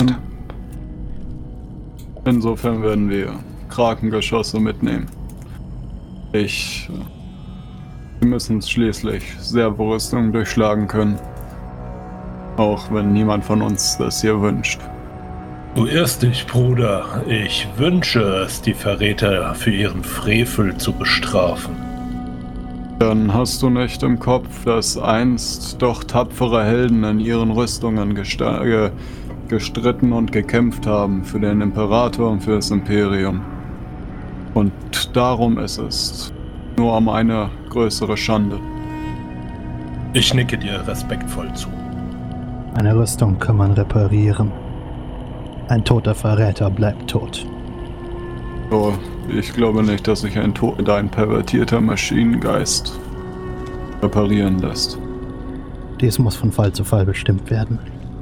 Insofern werden wir Krakengeschosse mitnehmen. Ich... äh, Wir müssen schließlich Servorüstungen durchschlagen können. Auch wenn niemand von uns das hier wünscht. Du irrst dich, Bruder. Ich wünsche es, die Verräter für ihren Frevel zu bestrafen. Dann hast du nicht im Kopf, dass einst doch tapfere Helden in ihren Rüstungen gesta- ge gestritten und gekämpft haben für den Imperator und für das Imperium. Und darum ist es nur um eine größere Schande. Ich nicke dir respektvoll zu. eine Rüstung kann man reparieren. Ein toter Verräter bleibt tot. So, ich glaube nicht, dass sich ein, to- ein pervertierter Maschinengeist reparieren lässt. Dies muss von Fall zu Fall bestimmt werden.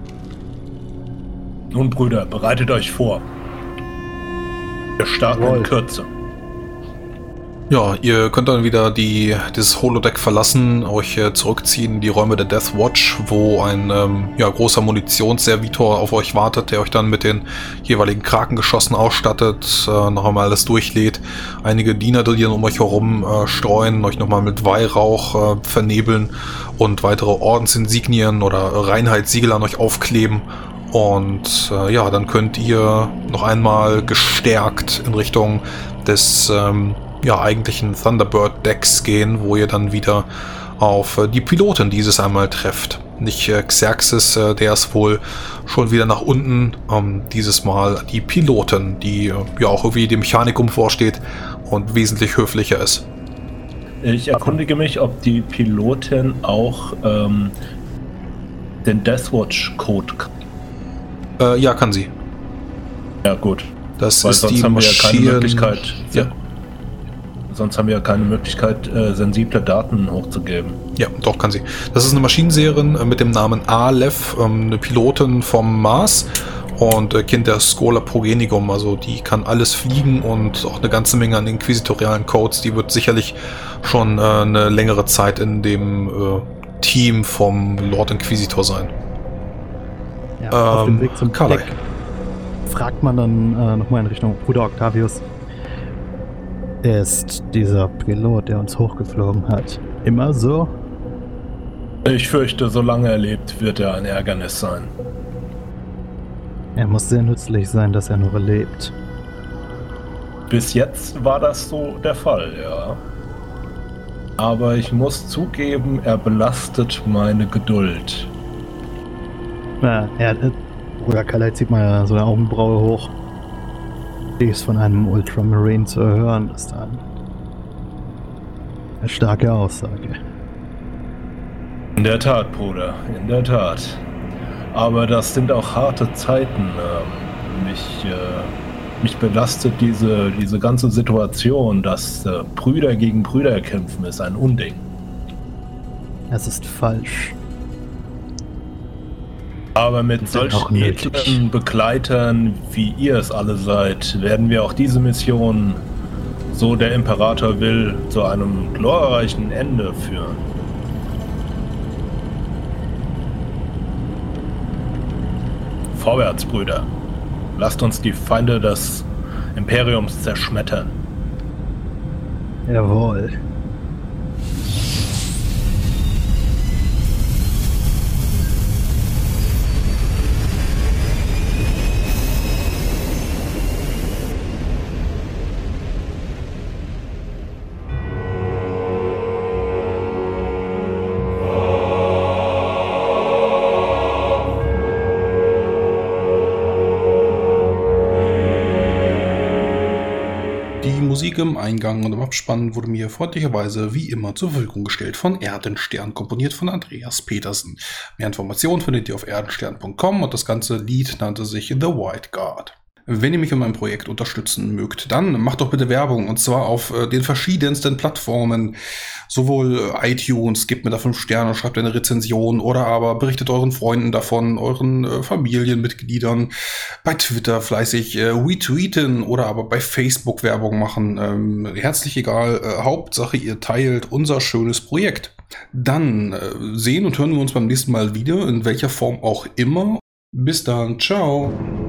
Nun, Brüder, bereitet euch vor. Wir starten in Jawohl. Kürze. Ja, ihr könnt dann wieder die, dieses Holodeck verlassen, euch äh, zurückziehen in die Räume der Death Watch, wo ein ähm, ja, großer Munitionsservitor auf euch wartet, der euch dann mit den jeweiligen Krakengeschossen ausstattet, äh, noch einmal alles durchlädt. Einige Diener, die dann um euch herum äh, streuen, euch nochmal mit Weihrauch äh, vernebeln und weitere Ordensinsignien oder Reinheitssiegel an euch aufkleben. Und äh, ja, dann könnt ihr noch einmal gestärkt in Richtung des ähm, ja, eigentlichen Thunderbird-Decks gehen, wo ihr dann wieder auf äh, die Piloten dieses einmal trefft. Nicht äh, Xerxes, äh, der ist wohl schon wieder nach unten. Ähm, dieses Mal die Piloten, die äh, ja auch irgendwie dem Mechanikum vorsteht und wesentlich höflicher ist. Ich erkundige mich, ob die Pilotin auch ähm, den Deathwatch-Code kann. Äh, ja, kann sie. Ja, gut. Das Weil ist sonst die haben wir ja keine Maschinen- Möglichkeit. Ja. Sonst haben wir ja keine Möglichkeit, äh, sensible Daten hochzugeben. Ja, doch, kann sie. Das ist eine Maschinenseherin äh, mit dem Namen Aleph, ähm, eine Pilotin vom Mars und äh, Kind der Schola Progenigum. Also die kann alles fliegen und auch eine ganze Menge an inquisitorialen Codes. Die wird sicherlich schon äh, eine längere Zeit in dem äh, Team vom Lord Inquisitor sein. Ja, auf Ähm, dem Weg zum Carly. Deck fragt man dann äh, nochmal in Richtung Bruder Octavius. Ist dieser Pilot, der uns hochgeflogen hat, immer so? Ich fürchte, solange er lebt, wird er ein Ärgernis sein. Er muss sehr nützlich sein, dass er noch lebt. Bis jetzt war das so der Fall, ja. Aber ich muss zugeben, er belastet meine Geduld. Na, er, äh, Bruder Kalai zieht mal so eine Augenbraue hoch. Dies von einem Ultramarine zu hören, ist dann eine starke Aussage. In der Tat, Bruder, in der Tat. Aber das sind auch harte Zeiten. Ähm, mich, äh, mich belastet diese, diese ganze Situation, dass äh, Brüder gegen Brüder kämpfen, ist ein Unding. Es ist falsch. Aber mit Das ist auch solchen nötig. edlen Begleitern, wie ihr es alle seid, werden wir auch diese Mission, so der Imperator will, zu einem glorreichen Ende führen. Vorwärts, Brüder. Lasst uns die Feinde des Imperiums zerschmettern. Jawohl. Die Musik im Eingang und im Abspann wurde mir freundlicherweise wie immer zur Verfügung gestellt von Erdenstern, komponiert von Andreas Petersen. Mehr Informationen findet ihr auf erdenstern punkt com und das ganze Lied nannte sich The White Guard. Wenn ihr mich in meinem Projekt unterstützen mögt, dann macht doch bitte Werbung und zwar auf äh, den verschiedensten Plattformen. Sowohl äh, iTunes, gebt mir da fünf Sterne, schreibt eine Rezension oder aber berichtet euren Freunden davon, euren äh, Familienmitgliedern. Bei Twitter fleißig äh, retweeten oder aber bei Facebook Werbung machen. Ähm, herzlich egal, äh, Hauptsache ihr teilt unser schönes Projekt. Dann äh, sehen und hören wir uns beim nächsten Mal wieder, in welcher Form auch immer. Bis dann, ciao.